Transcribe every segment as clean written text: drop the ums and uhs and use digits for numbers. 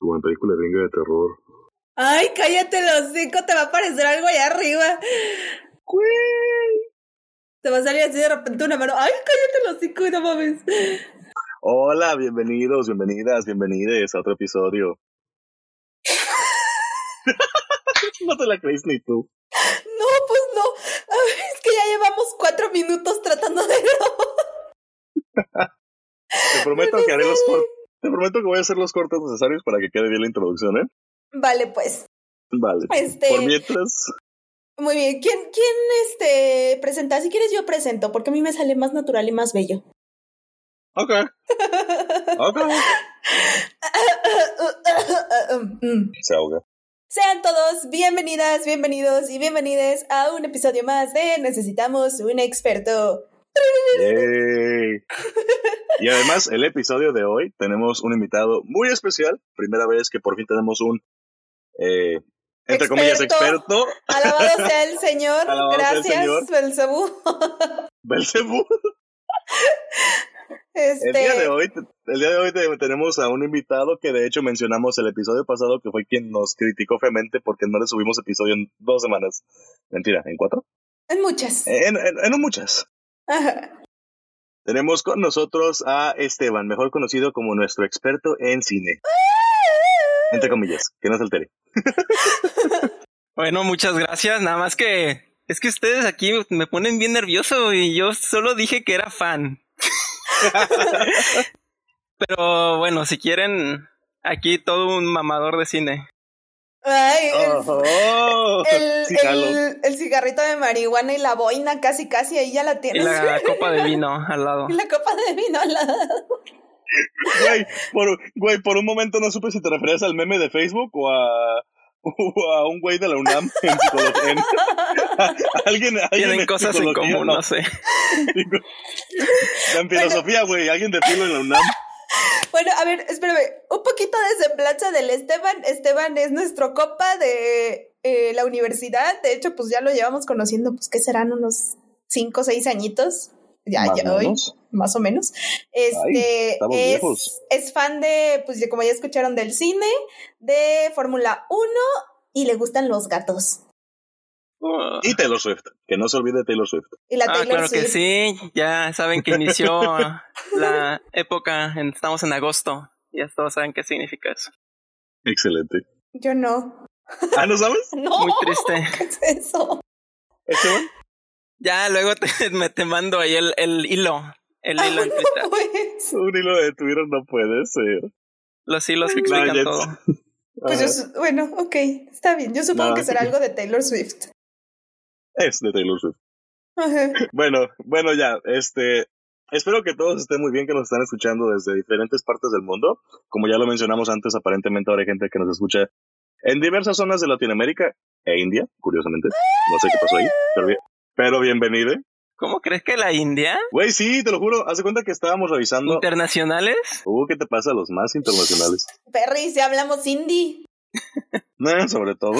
como en película gringa de terror. Ay, cállate los hocico, te va a aparecer algo allá arriba. ¡Güey! Te va a salir así de repente una mano. Ay, cállate los hocico, no mames. Hola, bienvenidos, bienvenidas, bienvenides a otro episodio. No te la crees ni tú. No, pues no. Ay, es que ya llevamos 4 minutos tratando de grabar. Te prometo que haré Te prometo que voy a hacer los cortes necesarios para que quede bien la introducción, ¿eh? Vale, pues. Vale. Por mientras. Muy bien. ¿Quién presenta? Si quieres yo presento, porque a mí me sale más natural y más bello. Ok. Se ahoga. Sean todos bienvenidas, bienvenidos y bienvenides a un episodio más de Necesitamos un experto. ¡Yay! Y además, el episodio de hoy tenemos un invitado muy especial. Primera vez que por fin tenemos un, entre comillas, experto. Alabado sea el Señor. Alabado Gracias, sea el Señor. Belcebú. Belcebú. El día de hoy tenemos a un invitado que de hecho mencionamos el episodio pasado, que fue quien nos criticó feamente porque no le subimos episodio en 2 semanas. Mentira, ¿en 4? En muchas. En muchas. Ajá. Tenemos con nosotros a Esteban, mejor conocido como nuestro experto en cine. Entre comillas, que no se altere. Bueno, muchas gracias. Nada más que es que ustedes aquí me ponen bien nervioso y yo solo dije que era fan. Pero bueno, si quieren, aquí todo un mamador de cine. Ay, sí, el cigarrito de marihuana y la boina casi ahí ya la tienes. Y la copa de vino al lado. Y la copa de vino al lado. Güey, por un momento no supe si te referías al meme de Facebook o a un güey de la UNAM en psicología. ¿Alguien tienen cosas en común, no sé. En filosofía, güey, alguien de filo en la UNAM. Bueno, a ver, espérame, un poquito de semblanza del Esteban. Esteban es nuestro compa de la universidad. De hecho, pues ya lo llevamos conociendo, pues que serán unos 5 o 6 añitos. Ya hoy, más o menos. Es fan de, pues como ya escucharon, del cine, de Fórmula 1 y le gustan los gatos. Y Taylor Swift, que no se olvide Taylor Swift. Y la Taylor claro Swift. Que sí, ya saben que inició la época, estamos en agosto, ya todos saben qué significa eso. Excelente. Yo no. ¿Ah, no sabes? No. Muy triste. ¿Qué es eso? ¿Esteban? Ya, luego te mando ahí el hilo. El hilo en Twitter. Pues. Un hilo de Twitter no puede ser. Los hilos que explican todo. Pues bueno, ok, está bien. Yo supongo que será algo de Taylor Swift. Es de Taylor Swift. Ajá. Bueno, ya, espero que todos estén muy bien, que nos están escuchando desde diferentes partes del mundo. Como ya lo mencionamos antes, aparentemente ahora hay gente que nos escucha en diversas zonas de Latinoamérica e India, curiosamente. No sé qué pasó ahí, pero bienvenido. ¿Cómo crees que la India? Güey, sí, te lo juro, haz de cuenta que estábamos revisando... ¿Internacionales? ¿Qué te pasa a los más internacionales? Perry, si hablamos hindi. Sobre todo.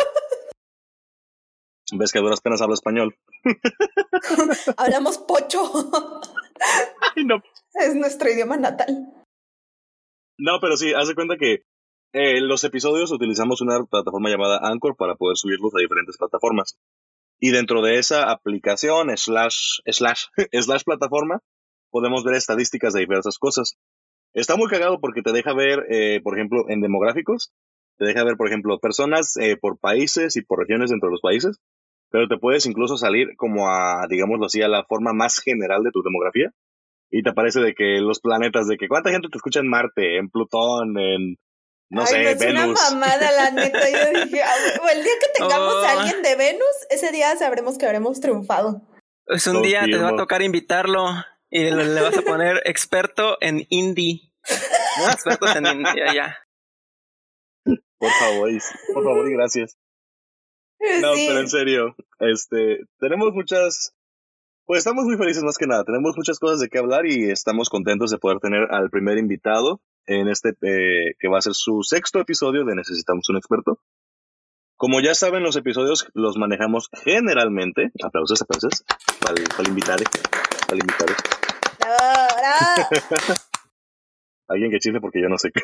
Ves que a duras penas hablo español. Hablamos pocho. Ay, no. Es nuestro idioma natal. No, pero sí, haz de cuenta que los episodios utilizamos una plataforma llamada Anchor para poder subirlos a diferentes plataformas. Y dentro de esa aplicación slash plataforma podemos ver estadísticas de diversas cosas. Está muy cagado porque te deja ver, por ejemplo, en demográficos, te deja ver, por ejemplo, personas por países y por regiones dentro de los países, pero te puedes incluso salir como a, digámoslo así, a la forma más general de tu demografía. Y te aparece de que los planetas, de que cuánta gente te escucha en Marte, en Plutón, en... No sé, es Venus. Una mamada, la neta. Yo dije, el día que tengamos a alguien de Venus, ese día sabremos que habremos triunfado. Pues un día te va a tocar invitarlo y le vas a poner experto en indie. Expertos en India, ya. Por favor y gracias. No, sí. Pero en serio, tenemos muchas... Pues estamos muy felices más que nada. Tenemos muchas cosas de qué hablar y estamos contentos de poder tener al primer invitado en que va a ser su 6º episodio de Necesitamos un experto. Como ya saben, los episodios los manejamos generalmente. Aplausos para el invitado. Alguien que chifle porque yo no sé qué.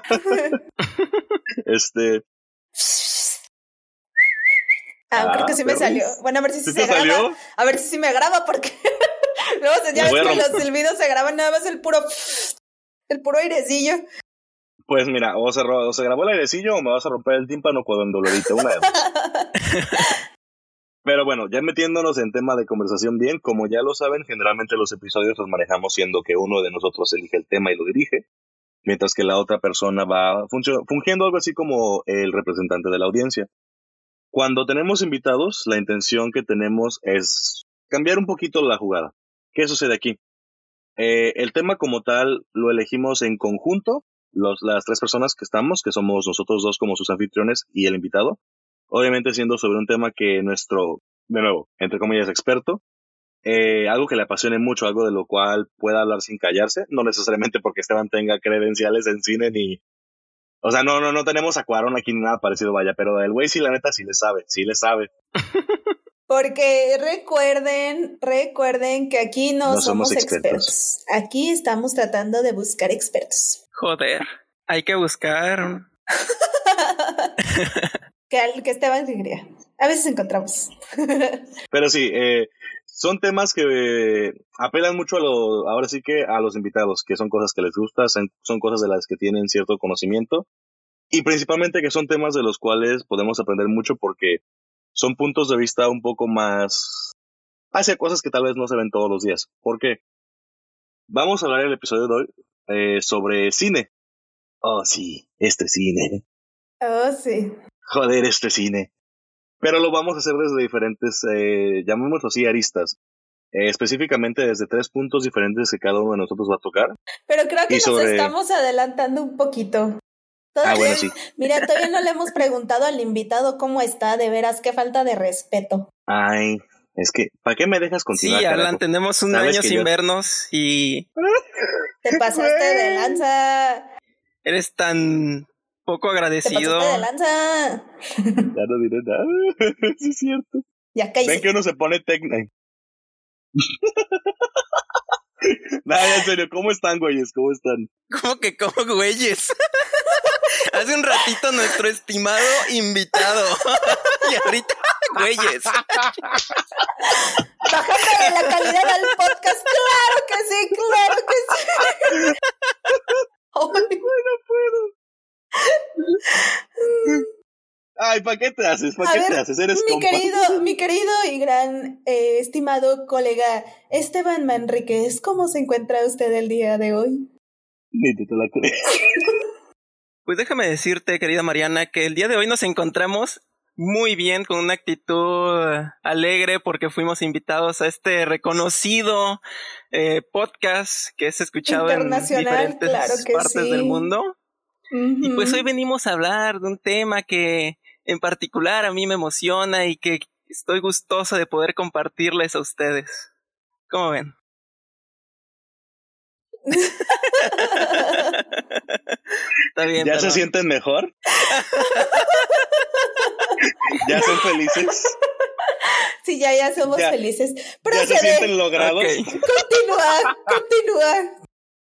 Creo que sí me salió. Bueno, a ver si se graba. Salió? A ver si me graba porque luego ya ves que los silbidos se graban nada más el puro airecillo. Pues mira, o se grabó el airecillo o me vas a romper el tímpano cuando lo edite, una de dos. Pero bueno, ya metiéndonos en tema de conversación bien, como ya lo saben, generalmente los episodios los manejamos siendo que uno de nosotros elige el tema y lo dirige, mientras que la otra persona va fungiendo algo así como el representante de la audiencia. Cuando tenemos invitados, la intención que tenemos es cambiar un poquito la jugada. ¿Qué sucede aquí? El tema como tal lo elegimos en conjunto, las tres personas que estamos, que somos nosotros dos como sus anfitriones y el invitado. Obviamente siendo sobre un tema que nuestro, de nuevo, entre comillas, experto, algo que le apasione mucho, algo de lo cual pueda hablar sin callarse, no necesariamente porque Esteban tenga credenciales en cine ni... O sea, no tenemos a Cuarón aquí ni nada parecido, vaya, pero el güey sí, la neta, sí le sabe. Porque recuerden que aquí no somos expertos. Aquí estamos tratando de buscar expertos. Joder, hay que buscar... que Esteban diría. A veces encontramos. Pero sí, son temas que apelan mucho ahora sí que a los invitados, que son cosas que les gustan, son cosas de las que tienen cierto conocimiento y principalmente que son temas de los cuales podemos aprender mucho porque son puntos de vista un poco más hacia cosas que tal vez no se ven todos los días. ¿Por qué? Vamos a hablar en el episodio de hoy sobre cine. Oh, sí, cine. Oh, sí. Joder, cine. Pero lo vamos a hacer desde diferentes, llamémoslo así, aristas. Específicamente desde 3 puntos diferentes que cada uno de nosotros va a tocar. Pero creo que nos estamos adelantando un poquito. Bueno, sí. Mira, todavía no le hemos preguntado al invitado cómo está, de veras, qué falta de respeto. Ay, es que, ¿para qué me dejas continuar? Sí, Alan, tenemos un año sin vernos y... Te pasaste de lanza. Eres tan poco agradecido. Te pasaste de lanza. Ya no diré nada, sí es cierto. Ya caíste. Ven que uno se pone técnico. Nada, en serio, ¿cómo están, güeyes? ¿Cómo están? ¿Cómo güeyes? Hace un ratito nuestro estimado invitado. Y ahorita, güeyes. Bájame la calidad al podcast. Claro que sí. Ay, no puedo. Ay, ¿para qué te haces? Eres compa. Mi querido y gran estimado colega Esteban Manríquez, ¿cómo se encuentra usted el día de hoy? Ni te la crees. Pues déjame decirte, querida Mariana, que el día de hoy nos encontramos muy bien, con una actitud alegre, porque fuimos invitados a este reconocido podcast que es escuchado en diferentes partes del mundo. Uh-huh. Y pues hoy venimos a hablar de un tema que en particular a mí me emociona y que estoy gustoso de poder compartirles a ustedes. ¿Cómo ven? Está bien. ¿Ya se sienten mejor? ¿Ya son felices? Sí, ya somos felices. ¿Ya se sienten logrados? Okay. Continúa.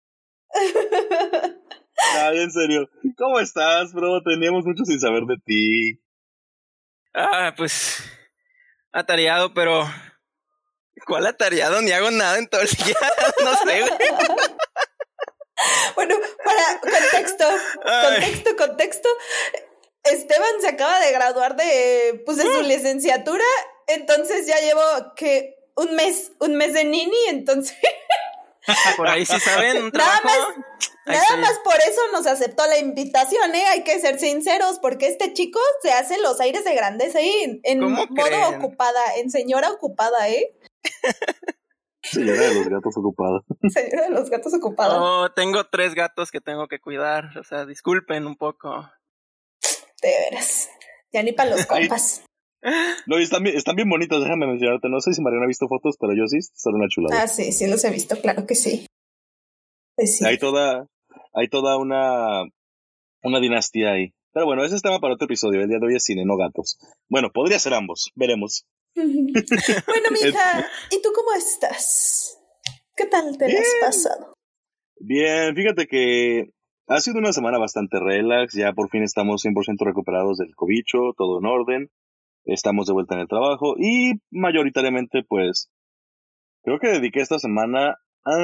Ay, en serio. ¿Cómo estás, bro? Teníamos mucho sin saber de ti. Pues atareado, pero ¿cuál atareado? Ni hago nada en todo el día. No sé, güey. Bueno, para contexto. Esteban se acaba de graduar de su licenciatura, entonces ya llevo un mes de nini, entonces por ahí sí saben. Nada más por eso nos aceptó la invitación, hay que ser sinceros, porque este chico se hace los aires de grandeza ahí en modo creen? Ocupada, en señora ocupada, Señora de los gatos ocupada. Señora de los gatos ocupada. Oh, tengo 3 gatos que tengo que cuidar, o sea, disculpen un poco. De veras, ya ni para los compas. No, están bien bonitos, déjame mencionarte. No sé si Mariana ha visto fotos, pero yo sí, son una chulada. Ah, sí los he visto, claro que sí. Pues sí. Hay toda una dinastía ahí. Pero bueno, ese es tema para otro episodio. El día de hoy es cine, no gatos. Bueno, podría ser ambos, veremos. Bueno, mija, ¿y tú cómo estás? ¿Qué tal te has pasado? Bien, fíjate que Ha sido una semana bastante relax, ya por fin estamos 100% recuperados del cobicho, todo en orden, estamos de vuelta en el trabajo y mayoritariamente pues creo que dediqué esta semana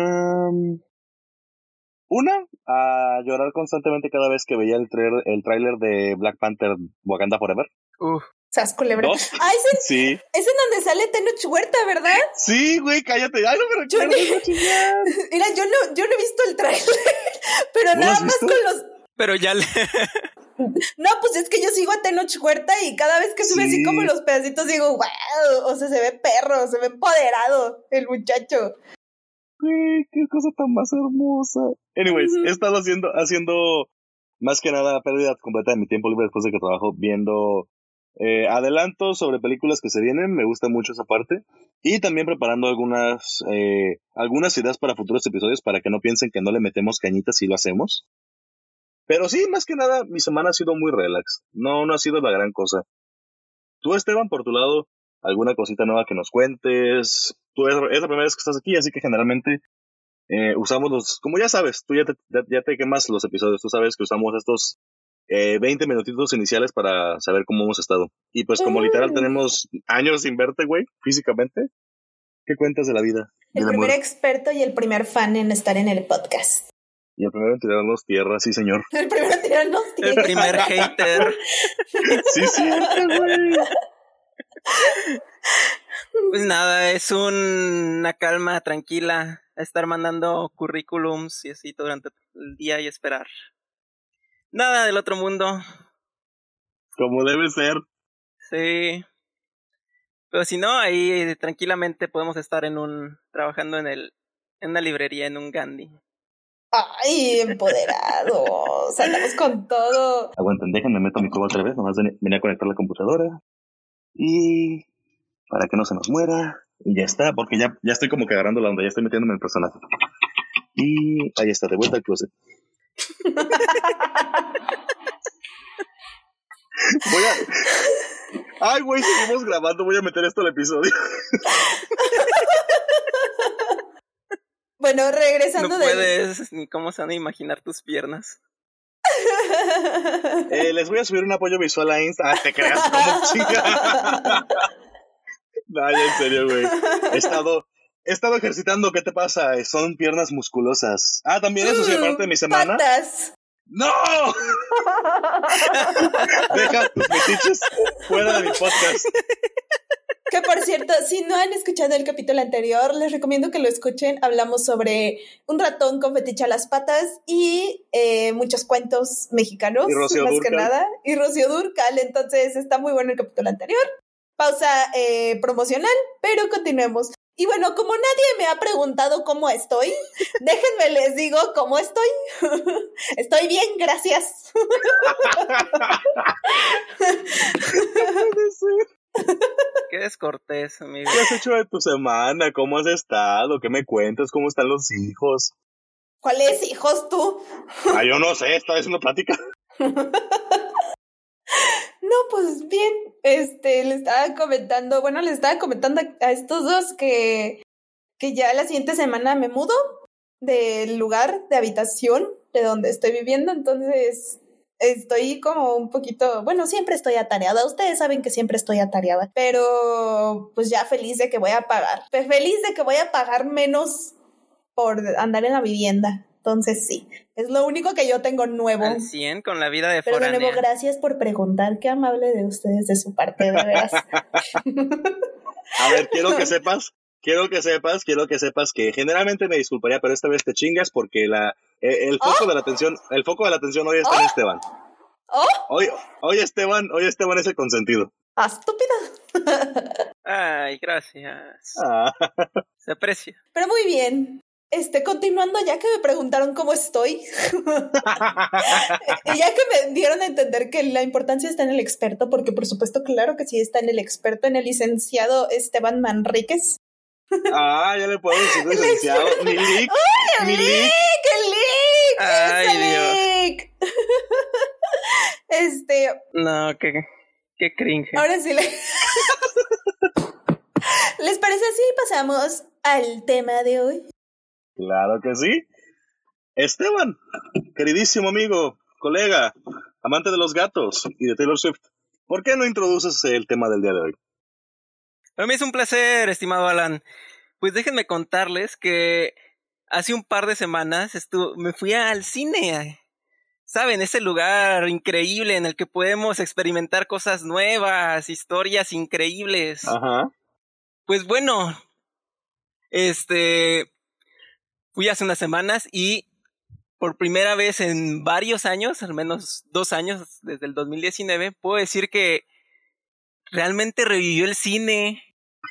a llorar constantemente cada vez que veía el tráiler de Black Panther Wakanda Forever. Sas culebra. 2. Ah, sí. Es en donde sale Tenoch Huerta, ¿verdad? Sí, güey, cállate. Ay, no me recuerdo. Mira, yo no he visto el tráiler, pero nada más con los... Pero ya le... No, pues es que yo sigo a Tenoch Huerta y cada vez que sube así como los pedacitos digo, wow, o sea, se ve perro, se ve empoderado el muchacho. Güey, qué cosa tan más hermosa. Anyways, he estado haciendo más que nada pérdida completa de mi tiempo libre después de que trabajo viendo adelantos sobre películas que se vienen. Me gusta mucho esa parte. Y también preparando algunas ideas para futuros episodios para que no piensen que no le metemos cañitas si lo hacemos. Pero sí, más que nada, mi semana ha sido muy relax. No ha sido la gran cosa. Tú, Esteban, por tu lado, ¿alguna cosita nueva que nos cuentes? Tú es la primera vez que estás aquí, así que generalmente usamos como ya sabes, tú ya te quemas los episodios, tú sabes que usamos estos 20 minutitos iniciales para saber cómo hemos estado. Y pues como literal tenemos años sin verte, güey, físicamente, ¿qué cuentas de la vida? El primer experto y el primer fan en estar en el podcast. Y el primero en tirarnos tierra, sí, señor. El primero en tirarnos tierra. El primer hater. Sí, güey. Pues nada, es una calma tranquila, estar mandando currículums y así durante el día y esperar. Nada del otro mundo. Como debe ser. Sí. Pero si no, ahí tranquilamente podemos estar trabajando en una librería, en un Gandhi. Ay, empoderados. Andamos con todo. Aguanten, déjenme meto mi cueva otra vez. Nomás venía a conectar la computadora. Y para que no se nos muera. Y ya está, porque ya estoy como que agarrando la onda. Ya estoy metiéndome en el personaje. Y ahí está, de vuelta al closet. Ay, güey, seguimos grabando. Voy a meter esto al episodio. Bueno, regresando no puedes, ni cómo se van a imaginar tus piernas. Les voy a subir un apoyo visual a Insta. Te creas como chica. No, ya en serio, güey. He estado ejercitando. ¿Qué te pasa? Son piernas musculosas. Ah, también eso sí, aparte de mi semana. ¡Patas! ¡No! Deja tus metiches fuera de mi podcast. Que por cierto, si no han escuchado el capítulo anterior, les recomiendo que lo escuchen. Hablamos sobre un ratón con fetiche a las patas y muchos cuentos mexicanos, y Rocío más Dúrcal. que nada. Y Rocío Dúrcal, entonces está muy bueno el capítulo anterior. Pausa promocional, pero continuemos. Y bueno, como nadie me ha preguntado cómo estoy, déjenme les digo cómo estoy. Estoy bien, gracias. Qué descortés, amigo. ¿Qué has hecho de tu semana? ¿Cómo has estado? ¿Qué me cuentas? ¿Cómo están los hijos? ¿Cuáles hijos tú? Ah, yo no sé, esta vez una plática. No, pues bien, les estaba comentando a estos dos que ya la siguiente semana me mudo del lugar de habitación de donde estoy viviendo, entonces estoy como un poquito, bueno, siempre estoy atareada, ustedes saben que siempre estoy atareada, pero pues ya feliz de que voy a pagar menos por andar en la vivienda. Entonces sí, es lo único que yo tengo nuevo. Al 100 con la vida de Pero foránea. de nuevo, gracias por preguntar. Qué amable de ustedes de su parte, de veras. A ver, quiero que sepas que generalmente me disculparía, pero esta vez te chingas porque el foco de la atención hoy está en Esteban. Hoy Esteban es el consentido. ¡Ah, estúpida! Ay, gracias. Se aprecia. Pero muy bien. Continuando, ya que me preguntaron cómo estoy, y ya que me dieron a entender que la importancia está en el experto, porque por supuesto, claro que sí está en el experto, en el licenciado Esteban Manríquez. Ya le puedo decir licenciado. Mi leak. ¡El leak! Ay, Dios. No, qué cringe. Ahora sí ¿Les parece si pasamos al tema de hoy? Claro que sí. Esteban, queridísimo amigo, colega, amante de los gatos y de Taylor Swift, ¿por qué no introduces el tema del día de hoy? Para mí es un placer, estimado Alan. Pues déjenme contarles que hace un par de semanas me fui al cine. ¿Saben? Ese lugar increíble en el que podemos experimentar cosas nuevas, historias increíbles. Ajá. Pues bueno, fui hace unas semanas y por primera vez en varios años, al menos 2 años, desde el 2019, puedo decir que realmente revivió el cine.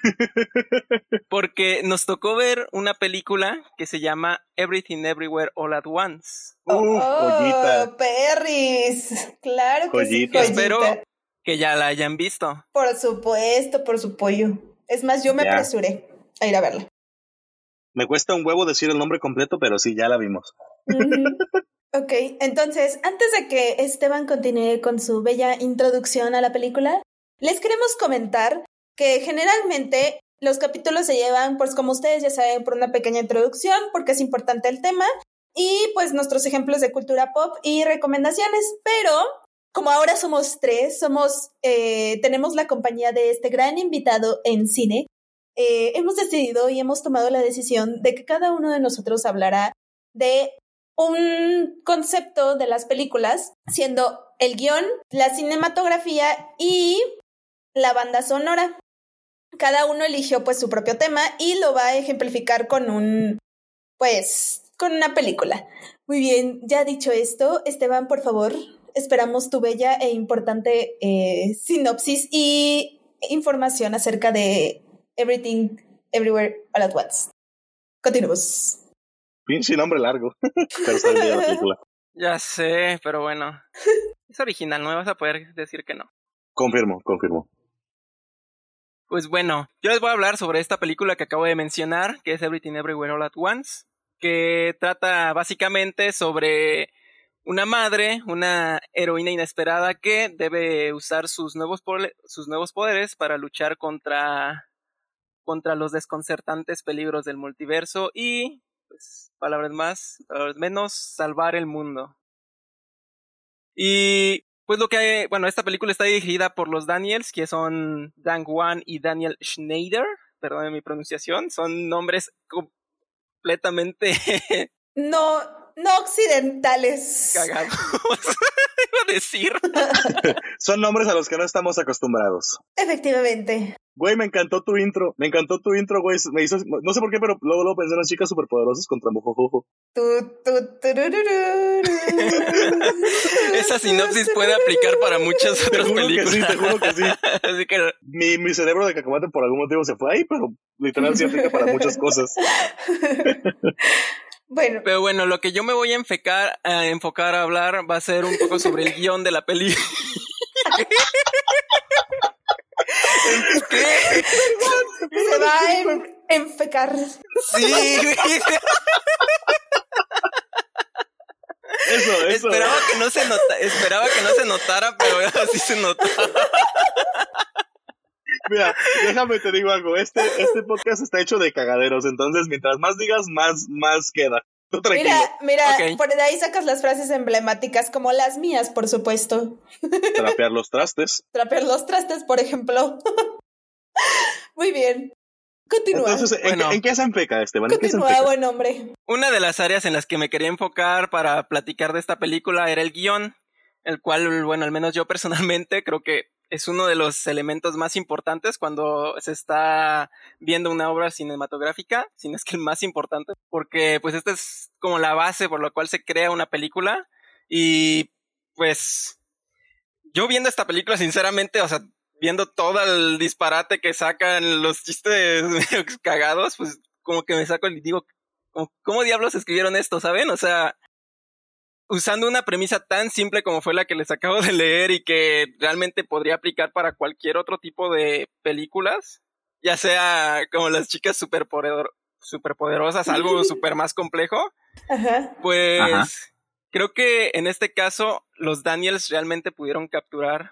Porque nos tocó ver una película que se llama Everything Everywhere All at Once. Joyita. Perris. Claro que sí, Joyita. joyita. Espero que ya la hayan visto. Por supuesto, por su pollo. Es más, yo me apresuré a ir a verla. Me cuesta un huevo decir el nombre completo, pero sí, ya la vimos. Ok, entonces, antes de que Esteban continúe con su bella introducción a la película, les queremos comentar que generalmente los capítulos se llevan, pues como ustedes ya saben, por una pequeña introducción, porque es importante el tema, y pues nuestros ejemplos de cultura pop y recomendaciones, pero como ahora somos 3, tenemos la compañía de este gran invitado en cine, hemos decidido y hemos tomado la decisión de que cada uno de nosotros hablará de un concepto de las películas, siendo el guión, la cinematografía y la banda sonora. Cada uno eligió pues su propio tema y lo va a ejemplificar con una película. Muy bien, ya dicho esto, Esteban, por favor, esperamos tu bella e importante sinopsis y información acerca de Everything, Everywhere, All at Once. Continuemos. Pinche nombre largo, pero está bien la película. Ya sé, pero bueno, es original, no me vas a poder decir que no. Confirmo. Pues bueno, yo les voy a hablar sobre esta película que acabo de mencionar, que es Everything Everywhere All at Once, que trata básicamente sobre una madre, una heroína inesperada que debe usar sus nuevos poderes para luchar contra los desconcertantes peligros del multiverso y, pues, palabras más, palabras menos, salvar el mundo. Y pues esta película está dirigida por los Daniels, que son Dan Wan y Daniel Schneider, perdón mi pronunciación, son nombres completamente no occidentales. cagados, iba a decir. Son nombres a los que no estamos acostumbrados. Efectivamente. Güey, me encantó tu intro, güey, me hizo, no sé por qué, pero luego pensé en las chicas superpoderosas contra Mojojojo. Esa sinopsis puede aplicar para muchas otras películas. Te juro que sí. Así que mi cerebro de cacahuate por algún motivo se fue ahí, pero literal sí aplica para muchas cosas. Bueno. Pero bueno, lo que yo me voy a enfocar a hablar va a ser un poco sobre el guión de la película. ¿Qué? Se va a enfecar. Sí. Eso. Esperaba que no se notara, pero así se notaba. Mira, déjame te digo algo, este podcast está hecho de cagaderos, entonces mientras más digas, más queda. Tú tranquilo. Mira, okay. Por de ahí sacas las frases emblemáticas, como las mías, por supuesto. Trapear los trastes. Trapear los trastes, por ejemplo. Muy bien. Continúa. Entonces, ¿en qué se enfeca, Esteban? Continúa, buen hombre. Una de las áreas en las que me quería enfocar para platicar de esta película era el guión, el cual, bueno, al menos yo personalmente creo que es uno de los elementos más importantes cuando se está viendo una obra cinematográfica, si no es que el más importante, porque pues esta es como la base por la cual se crea una película y pues yo viendo esta película sinceramente, o sea, viendo todo el disparate que sacan los chistes cagados, pues como que me saco y digo, ¿cómo diablos escribieron esto, saben? O sea, usando una premisa tan simple como fue la que les acabo de leer y que realmente podría aplicar para cualquier otro tipo de películas, ya sea como las chicas superpoderosas, algo súper más complejo, pues creo que en este caso los Daniels realmente pudieron capturar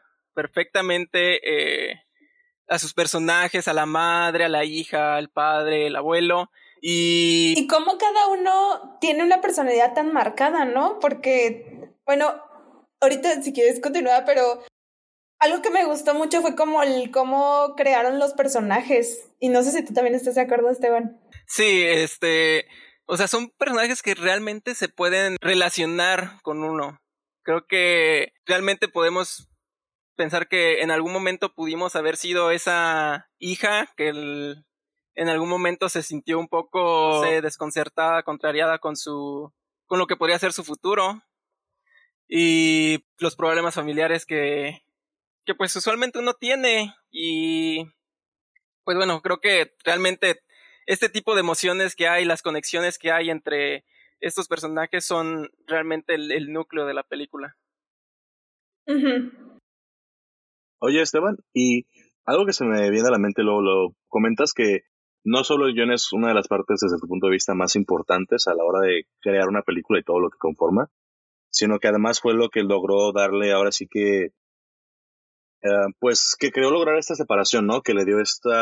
perfectamente a sus personajes, a la madre, a la hija, al padre, el abuelo, Y cómo cada uno tiene una personalidad tan marcada, ¿no? Porque, bueno, ahorita si quieres continuar, pero algo que me gustó mucho fue como cómo crearon los personajes. Y no sé si tú también estás de acuerdo, Esteban. Sí, o sea, son personajes que realmente se pueden relacionar con uno. Creo que realmente podemos pensar que en algún momento pudimos haber sido esa hija que en algún momento se sintió un poco desconcertada, contrariada con lo que podría ser su futuro y los problemas familiares que pues usualmente uno tiene. Y pues bueno, creo que realmente este tipo de emociones que hay, las conexiones que hay entre estos personajes son realmente el núcleo de la película. Uh-huh. Oye, Esteban, y algo que se me viene a la mente, lo comentas que no solo el guion es una de las partes desde tu punto de vista más importantes a la hora de crear una película y todo lo que conforma, sino que además fue lo que logró darle ahora sí que, pues que creó lograr esta separación, ¿no? Que le dio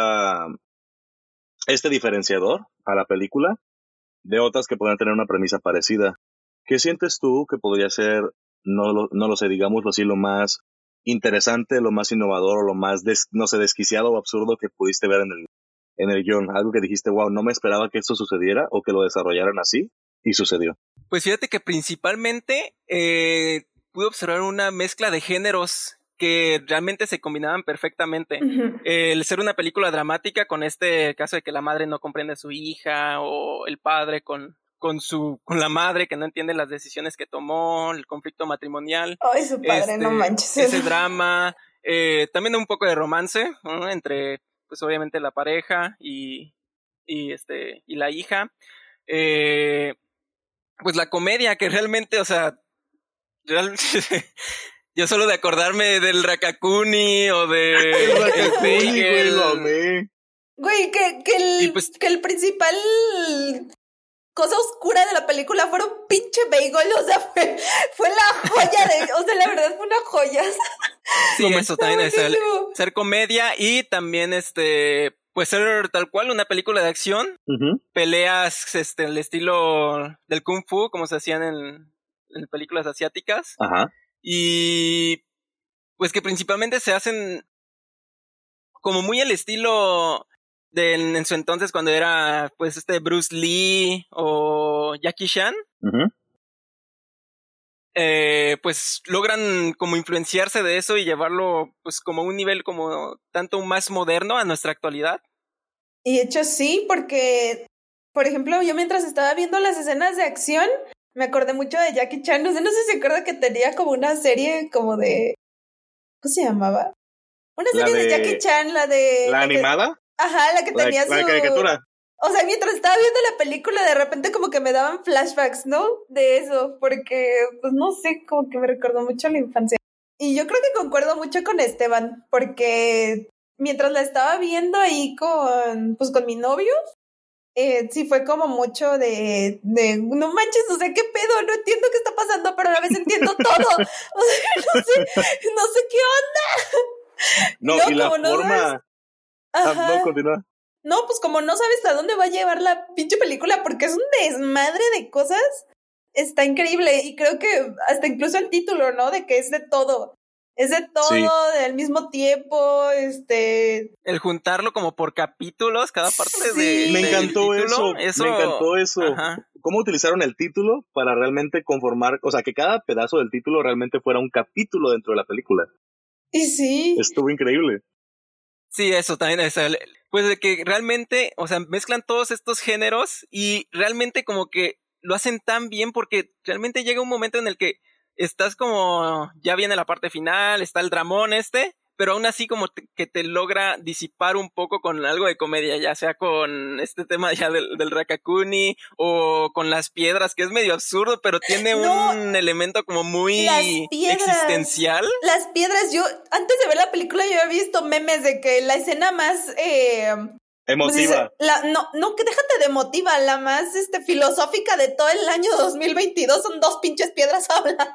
este diferenciador a la película de otras que puedan tener una premisa parecida. ¿Qué sientes tú que podría ser, no lo sé, digámoslo así, lo más interesante, lo más innovador, o lo más, no sé, desquiciado o absurdo que pudiste ver en el guión? Algo que dijiste, wow, no me esperaba que esto sucediera o que lo desarrollaran así, y sucedió. Pues fíjate que principalmente pude observar una mezcla de géneros que realmente se combinaban perfectamente. Uh-huh. El ser una película dramática con este caso de que la madre no comprende a su hija, o el padre con la madre que no entiende las decisiones que tomó, el conflicto matrimonial. Ay, su padre, no manches. Ese drama, también un poco de romance, ¿no? Entre, pues obviamente la pareja y la hija. Pues la comedia que realmente, o sea, yo solo de acordarme del Rakakuni o de el Rakakuni, güey, lo amé. Güey, que el principal cosa oscura de la película fuera un pinche bagel, o sea, fue la joya o sea, la verdad fue una joya. Sí, eso también es ser comedia y también pues ser tal cual una película de acción, uh-huh. Peleas el estilo del Kung Fu, como se hacían en películas asiáticas. Ajá. Y pues que principalmente se hacen como muy el estilo en su entonces cuando era pues Bruce Lee o Jackie Chan. Uh-huh. Pues logran como influenciarse de eso y llevarlo pues como a un nivel como tanto más moderno a nuestra actualidad. Y de hecho sí, porque por ejemplo yo mientras estaba viendo las escenas de acción me acordé mucho de Jackie Chan. No sé si se acuerda que tenía como una serie como de, ¿cómo se llamaba? Una serie de Jackie Chan, ¿la animada? Ajá, la que tenía la caricatura. O sea, mientras estaba viendo la película, de repente como que me daban flashbacks, ¿no? De eso, porque, pues no sé, como que me recordó mucho la infancia. Y yo creo que concuerdo mucho con Esteban, porque mientras la estaba viendo ahí con mi novio, sí fue como mucho de no manches, o sea, qué pedo, no entiendo qué está pasando, pero a la vez entiendo todo. O sea, no sé qué onda. No, y la forma... No, continúa. No, pues como no sabes a dónde va a llevar la pinche película, porque es un desmadre de cosas, está increíble. Y creo que hasta incluso el título, ¿no? De que es de todo. Es de todo, sí. Al mismo tiempo, El juntarlo como por capítulos, cada parte sí. Me encantó eso. Me encantó eso. Ajá. Cómo utilizaron el título para realmente conformar, o sea, que cada pedazo del título realmente fuera un capítulo dentro de la película. Y sí. Estuvo increíble. Sí, eso también es pues de que realmente, o sea, mezclan todos estos géneros y realmente como que lo hacen tan bien porque realmente llega un momento en el que estás como, ya viene la parte final, está el dramón pero aún así como que te logra disipar un poco con algo de comedia, ya sea con este tema ya del Rakakuni o con las piedras, que es medio absurdo, pero tiene un elemento como muy existencial. Las piedras, yo antes de ver la película yo había visto memes de que la escena más... emotiva. No, que déjate de emotiva, la más filosófica de todo el año 2022 son dos pinches piedras hablando.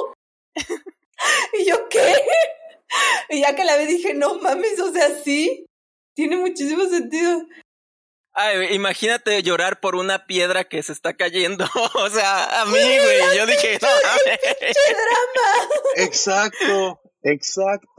¿Y yo qué? Y ya que la vi dije, no mames, o sea, sí, tiene muchísimo sentido. Ay, imagínate llorar por una piedra que se está cayendo. O sea, a mí, güey, yo dije, no mames. ¡Qué drama! Exacto.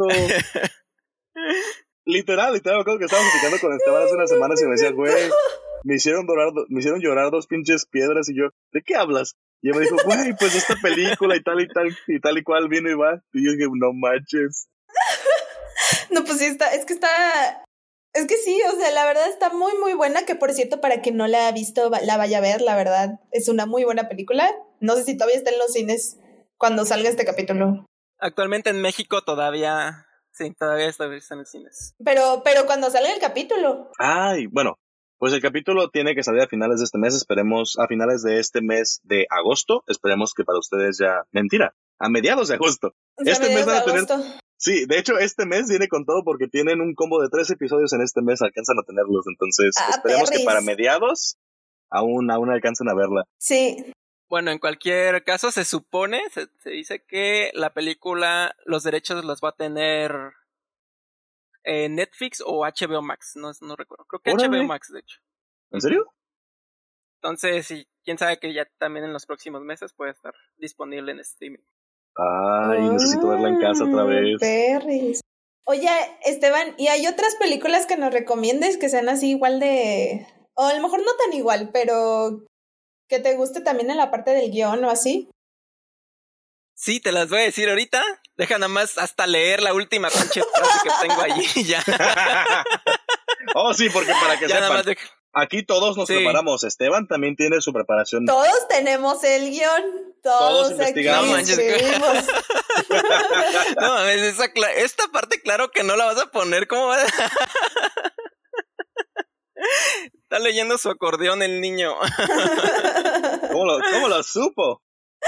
Literal, me acuerdo que estábamos platicando con Esteban hace unas semanas y me decía, güey, me hicieron llorar 2 pinches piedras, y yo, ¿de qué hablas? Y él me dijo, güey, pues esta película y tal y cual vino y va. Y yo dije, no manches. No, pues sí, es que sí, o sea, la verdad está muy, muy buena, que por cierto, para quien no la ha visto, la vaya a ver, la verdad, es una muy buena película. No sé si todavía está en los cines cuando salga este capítulo. Actualmente en México todavía está en los cines. Pero cuando salga el capítulo. Ay, bueno, pues el capítulo tiene que salir a finales de este mes, esperemos, a finales de este mes de agosto, esperemos que para ustedes ya, mentira, a mediados de agosto. O sea, Este mes van a tener... agosto. Sí, de hecho este mes viene con todo porque tienen un combo de 3 episodios en este mes, alcanzan a tenerlos, entonces esperemos perris. que para mediados aún alcancen a verla. Sí. Bueno, en cualquier caso se supone, se dice que la película, los derechos los va a tener Netflix o HBO Max, no recuerdo, creo que ¡Órale! HBO Max de hecho. ¿En serio? Entonces, sí, quién sabe que ya también en los próximos meses puede estar disponible en streaming. Ay, necesito verla en casa otra vez. Perris. Oye, Esteban, ¿y hay otras películas que nos recomiendes que sean así igual de... o a lo mejor no tan igual, pero que te guste también en la parte del guión o así? Sí, te las voy a decir ahorita. Deja nada más hasta leer la última pinche frase que tengo allí ya. Oh, sí, porque para que Ya nada sepan, más aquí todos nos preparamos. Esteban también tiene su preparación. Todos tenemos el guión. Todos investigamos. aquí escribimos. No mames, esta parte claro que no la vas a poner. ¿Cómo va? Está leyendo su acordeón el niño. ¿Cómo lo supo?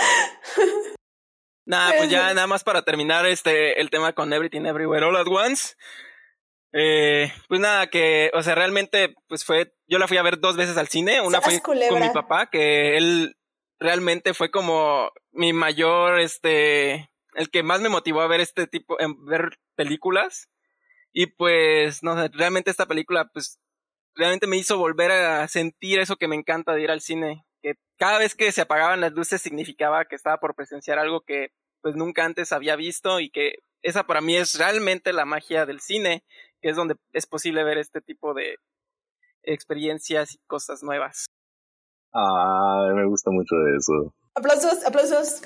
Nah, pues ya nada más para terminar el tema con Everything Everywhere All at Once. Pues nada, que, o sea, realmente, pues yo la fui a ver 2 veces al cine. Una fue con mi papá, que él realmente fue como mi mayor, el que más me motivó a ver ver películas. Y pues, no sé, realmente esta película, pues, realmente me hizo volver a sentir eso que me encanta de ir al cine. Que cada vez que se apagaban las luces significaba que estaba por presenciar algo que, pues, nunca antes había visto, y que esa para mí es realmente la magia del cine, que es donde es posible ver este tipo de experiencias y cosas nuevas. Ah, me gusta mucho eso. Aplausos.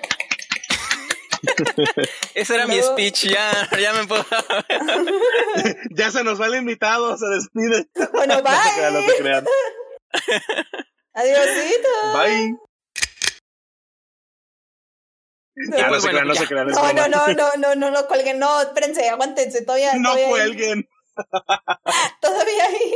Ese era mi speech, ya me puedo... Ya se nos va el invitado, se despide. Bueno, bye. No se crean. Adiósito. Bye. Ya, pues no se crean. No cuelguen, no, espérense, aguántense, todavía. No cuelguen. Todavía ahí.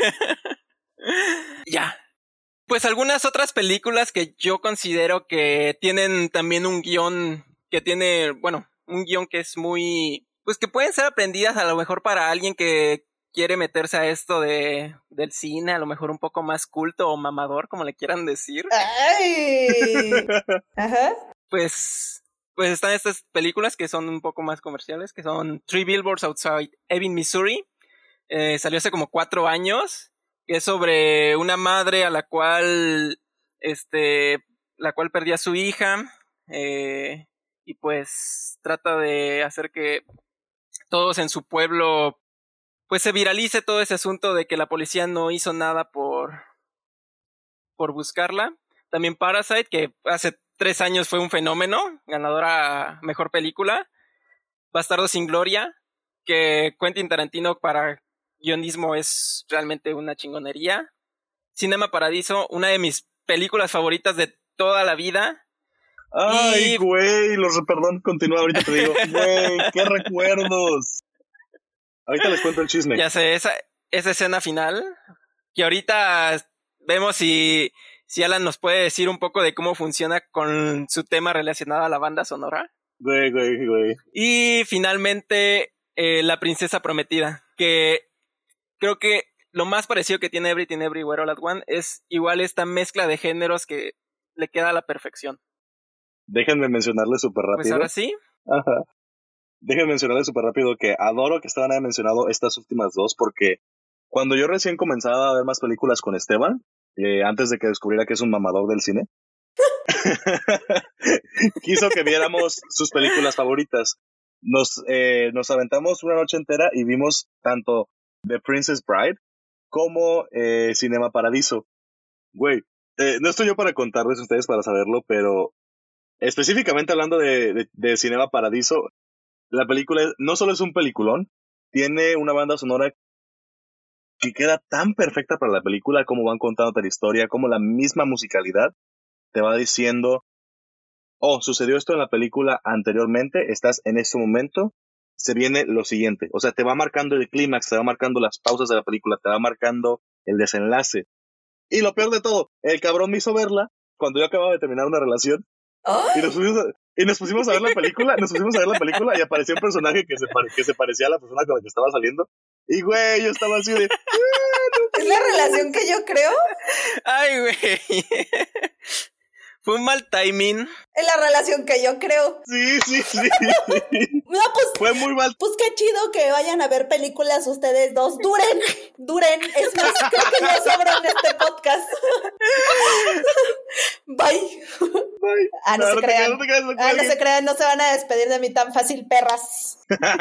Ya. Pues algunas otras películas que yo considero que tienen también un guión que tiene, bueno, un guión que es muy, pues que pueden ser aprendidas a lo mejor para alguien que quiere meterse a esto del cine, a lo mejor un poco más culto o mamador, como le quieran decir. ¡Ay! Ajá. Pues están estas películas que son un poco más comerciales, que son Three Billboards Outside Ebbing, Missouri. Salió hace como 4 años, que es sobre una madre a la cual perdía a su hija, y pues trata de hacer que todos en su pueblo pues se viralice todo ese asunto de que la policía no hizo nada por buscarla. También Parasite, que hace 3 años fue un fenómeno, ganadora a Mejor Película. Bastardos sin Gloria, que Quentin Tarantino para guionismo es realmente una chingonería. Cinema Paradiso, una de mis películas favoritas de toda la vida. Ay, güey, perdón, continúa, ahorita te digo. Güey, qué recuerdos. Ahorita les cuento el chisme. Ya sé, esa escena final, que ahorita vemos si Alan nos puede decir un poco de cómo funciona con su tema relacionado a la banda sonora. Güey. Y finalmente, La Princesa Prometida, que creo que lo más parecido que tiene Everything Everywhere All at Once es igual esta mezcla de géneros que le queda a la perfección. Déjenme mencionarle súper rápido. Pues ahora sí. Ajá. Déjenme mencionarle súper rápido que adoro que Esteban haya mencionado estas últimas 2 porque Cuando yo recién comenzaba a ver más películas con Esteban, antes de que descubriera que es un mamador del cine, quiso que viéramos sus películas favoritas. Nos aventamos una noche entera y vimos tanto The Princess Bride como Cinema Paradiso. Güey, no estoy yo para contarles a ustedes para saberlo, pero específicamente hablando de Cinema Paradiso, la película no solo es un peliculón, tiene una banda sonora que queda tan perfecta para la película, como van contando la historia, como la misma musicalidad te va diciendo, oh, sucedió esto en la película anteriormente, estás en este momento, se viene lo siguiente. O sea, te va marcando el clímax, te va marcando las pausas de la película, te va marcando el desenlace. Y lo peor de todo, el cabrón me hizo verla cuando yo acababa de terminar una relación. Y nos pusimos a ver la película, y apareció un personaje que se parecía a la persona con la que estaba saliendo. Y güey, yo estaba así de... ¿Es la relación que yo creo? Ay, güey. Fue un mal timing. Es la relación que yo creo. Sí. No, pues... Fue muy mal. Pues qué chido que vayan a ver películas ustedes dos. Duren. Es más, creo que yo sobro en este podcast. Bye. No se crean. No se crean, no se van a despedir de mí tan fácil, perras.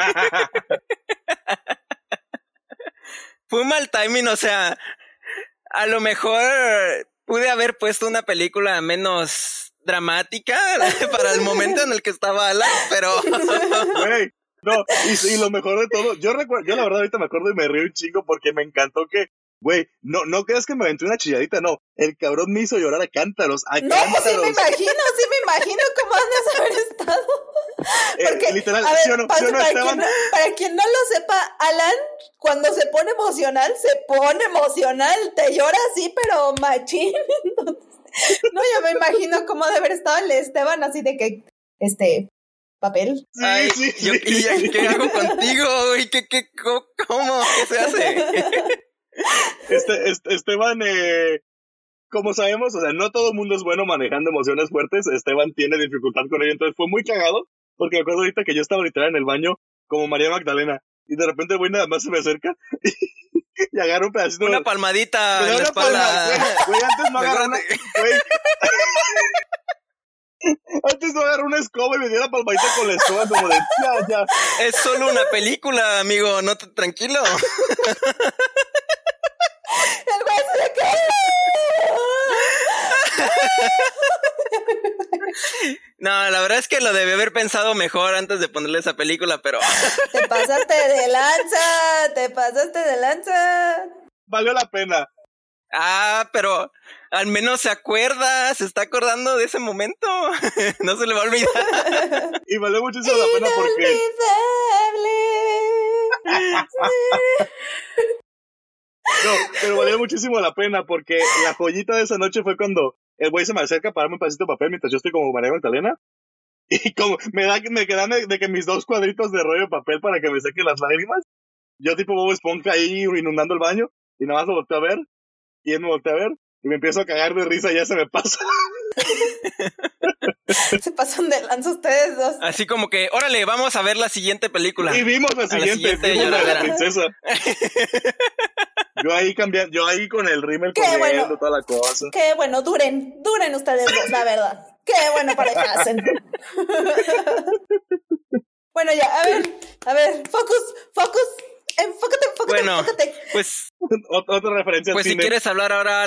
Fue un mal timing, o sea, a lo mejor pude haber puesto una película menos dramática para el momento en el que estaba Alan, pero... Güey, no, y lo mejor de todo, yo la verdad ahorita me acuerdo y me río un chingo porque me encantó que, güey, no creas que me aventé una chilladita, no, el cabrón me hizo llorar a cántaros, No, pues sí me imagino cómo andas a haber estado. Porque, literal, a ver, ¿sí o no, para quien no lo sepa, Alan, cuando se pone emocional, te llora así, pero machín. No, yo me imagino cómo de haber estado el Esteban así de que, papel. Sí, ay, sí. ¿Qué hago contigo? ¿Cómo? ¿Qué se hace? Esteban, como sabemos, o sea, no todo el mundo es bueno manejando emociones fuertes. Esteban tiene dificultad con ello, entonces fue muy cagado, porque me acuerdo ahorita que yo estaba literal en el baño como María Magdalena, y de repente el güey nada más se me acerca y agarra un pedacito. Una palmadita en la espalda. Güey, antes no agarra una... Antes no agarra una escoba y me dio la palmadita con la escoba como de... Ya. Es solo una película, amigo, tranquilo. El güey se le cae. No, la verdad es que lo debí haber pensado mejor antes de ponerle esa película, pero... Te pasaste de lanza. Valió la pena. Ah, pero al menos se está acordando de ese momento. No se le va a olvidar. Y valió muchísimo la pena porque... No, pero valió muchísimo la pena porque la joyita de esa noche fue cuando el güey se me acerca para darme un pedacito de papel mientras yo estoy como María Magdalena. Y como me quedan de que mis 2 cuadritos de rollo de papel para que me sequen las lágrimas. Yo tipo Bob Esponja ahí inundando el baño. Y nada más lo volteo a ver. Y él me voltea a ver. Y me empiezo a cagar de risa y ya se me pasa. Se pasan de lanza ustedes dos. Así como que, órale, vamos a ver la siguiente película. Y vimos la siguiente vimos la princesa. Yo ahí con el rímel corriendo, toda la cosa. Qué bueno, duren ustedes dos, la verdad. Qué bueno pareja hacen. Bueno, ya, a ver, focus. Enfócate. Bueno, pues... Otra referencia pues al cine. Si quieres hablar ahora,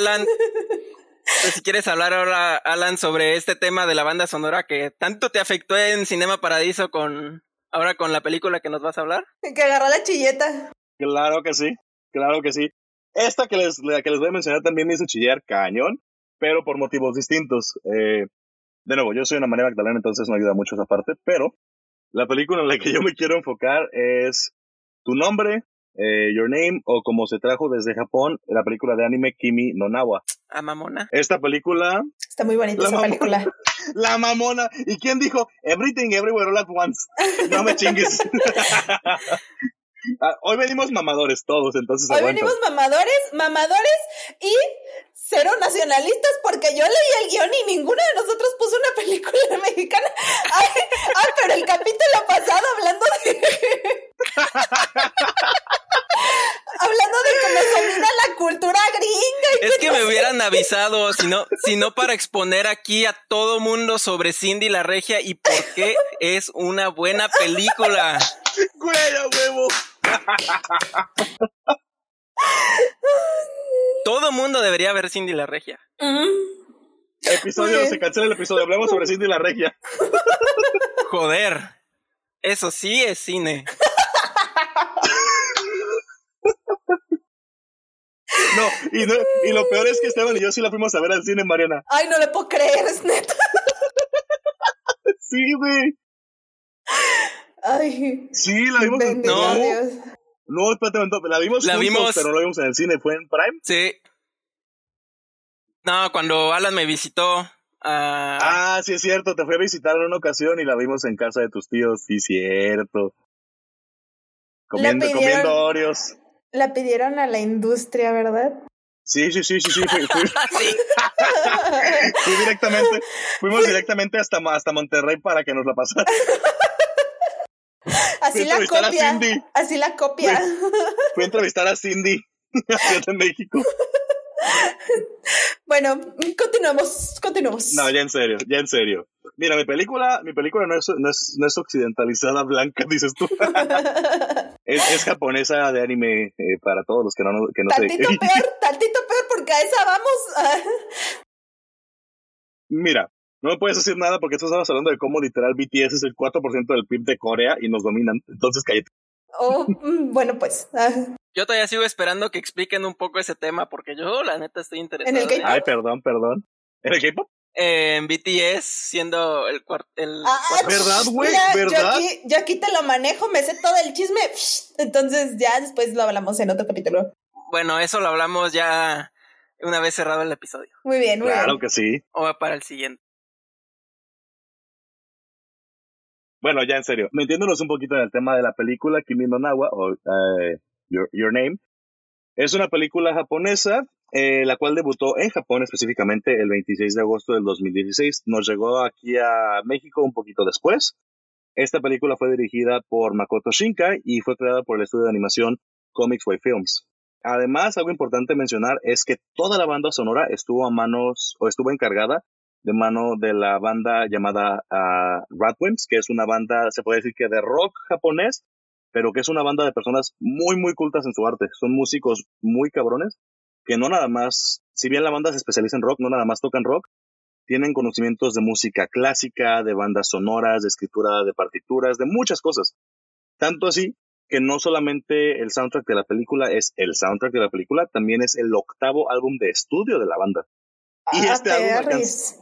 Alan, sobre este tema de la banda sonora que tanto te afectó en Cinema Paradiso con la película que nos vas a hablar. Que agarró la chilleta. Claro que sí. Esta que les voy a mencionar también me hizo chillar cañón, pero por motivos distintos. De nuevo, yo soy una María Magdalena, entonces no ayuda mucho esa parte, pero la película en la que yo me quiero enfocar es Tu Nombre, Your Name, o como se trajo desde Japón, la película de anime Kimi no Nawa. Ah, mamona. Esta película... Está muy bonita esa película. La mamona. ¿Y quién dijo? Everything, Everywhere, All at Once. No me chingues. Hoy venimos mamadores todos, entonces hoy venimos mamadores y cero nacionalistas, porque yo leí el guión y ninguno de nosotros puso una película mexicana. Pero el capítulo pasado hablando de que nos Es que me hubieran avisado, si no para exponer aquí a todo mundo sobre Cindy la Regia y por qué es una buena película. ¡Güey, a huevo! Todo mundo debería ver Cindy la Regia. Se cancela el episodio, hablamos sobre Cindy la Regia. Joder, eso sí es cine. No, y lo peor es que Esteban y yo sí la fuimos a ver al cine, Mariana. Ay, no le puedo creer, es neta. Sí, güey. Ay. Sí, la vimos en... No, espérate, la vimos juntos, pero no la vimos en el cine. ¿Fue en Prime? Sí. No, cuando Alan me visitó... sí es cierto, te fui a visitar en una ocasión y la vimos en casa de tus tíos, sí cierto. Comiendo Oreos. La pidieron a la industria, ¿verdad? Sí. Fuimos directamente hasta Monterrey para que nos la pasara. Así la copia. Fui a entrevistar a Cindy en México. Bueno, continuamos. No, ya en serio. Mira, mi película no es occidentalizada blanca, dices tú. es japonesa de anime, para todos los que no tantito peor, porque a esa vamos. Mira, no me puedes decir nada porque estamos hablando de cómo literal BTS es el 4% del PIB de Corea y nos dominan, entonces cállate. Bueno, pues. Yo todavía sigo esperando que expliquen un poco ese tema porque yo, la neta, estoy interesado. ¿En el K-pop? Ay, perdón. ¿En el K-pop? En BTS, siendo el ¿Verdad, güey? ¿Verdad? Yo aquí te lo manejo, me sé todo el chisme. Entonces ya después lo hablamos en otro capítulo. Bueno, eso lo hablamos ya una vez cerrado el episodio. Muy bien, muy bien. Claro que sí. O va para el siguiente. Bueno, ya en serio, metiéndonos un poquito en el tema de la película Kimi no Na wa, o Your Name, es una película japonesa, la cual debutó en Japón específicamente el 26 de agosto del 2016. Nos llegó aquí a México un poquito después. Esta película fue dirigida por Makoto Shinkai y fue creada por el estudio de animación Comics Way Films. Además, algo importante mencionar es que toda la banda sonora estuvo encargada de mano de la banda llamada Radwimps, que es una banda, se puede decir que de rock japonés, pero que es una banda de personas muy, muy cultas en su arte. Son músicos muy cabrones, que no nada más, si bien la banda se especializa en rock, no nada más tocan rock, tienen conocimientos de música clásica, de bandas sonoras, de escritura de partituras, de muchas cosas. Tanto así que no solamente el soundtrack de la película es el soundtrack de la película, también es el 8º álbum de estudio de la banda. Y este álbum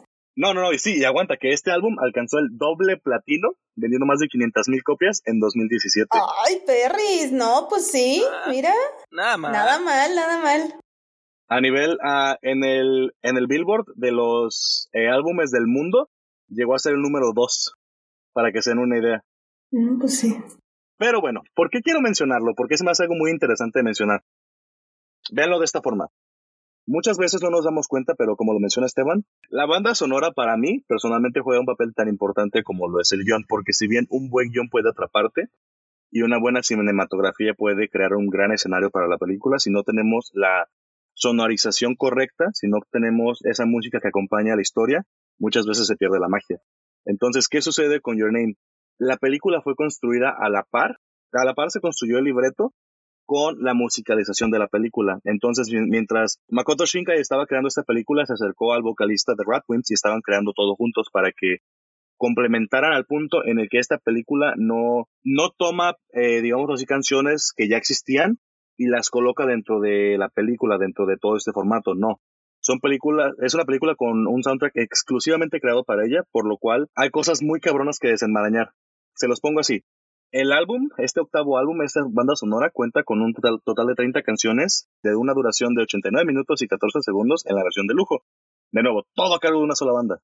y aguanta que este álbum alcanzó el doble platino, vendiendo más de 500,000 copias en 2017. Ay, perris, no, pues sí, mira. Nada mal. Nada mal. A nivel, en el Billboard de los álbumes del mundo, llegó a ser el número 2, para que se den una idea. Pues sí. Pero bueno, ¿por qué quiero mencionarlo? Porque se me hace algo muy interesante de mencionar. Véanlo de esta forma. Muchas veces no nos damos cuenta, pero como lo menciona Esteban, la banda sonora para mí personalmente juega un papel tan importante como lo es el guión, porque si bien un buen guión puede atraparte y una buena cinematografía puede crear un gran escenario para la película, si no tenemos la sonorización correcta, si no tenemos esa música que acompaña a la historia, muchas veces se pierde la magia. Entonces, ¿qué sucede con Your Name? La película fue construida a la par se construyó el libreto con la musicalización de la película. Entonces, mientras Makoto Shinkai estaba creando esta película, se acercó al vocalista de Radwimps y estaban creando todo juntos para que complementaran al punto en el que esta película no toma, digamos así, canciones que ya existían y las coloca dentro de la película, dentro de todo este formato. No. Es una película con un soundtrack exclusivamente creado para ella, por lo cual hay cosas muy cabronas que desenmarañar. Se los pongo así. El álbum, este 8º álbum, esta banda sonora cuenta con un total de 30 canciones de una duración de 89 minutos y 14 segundos en la versión de lujo. De nuevo, todo a cargo de una sola banda.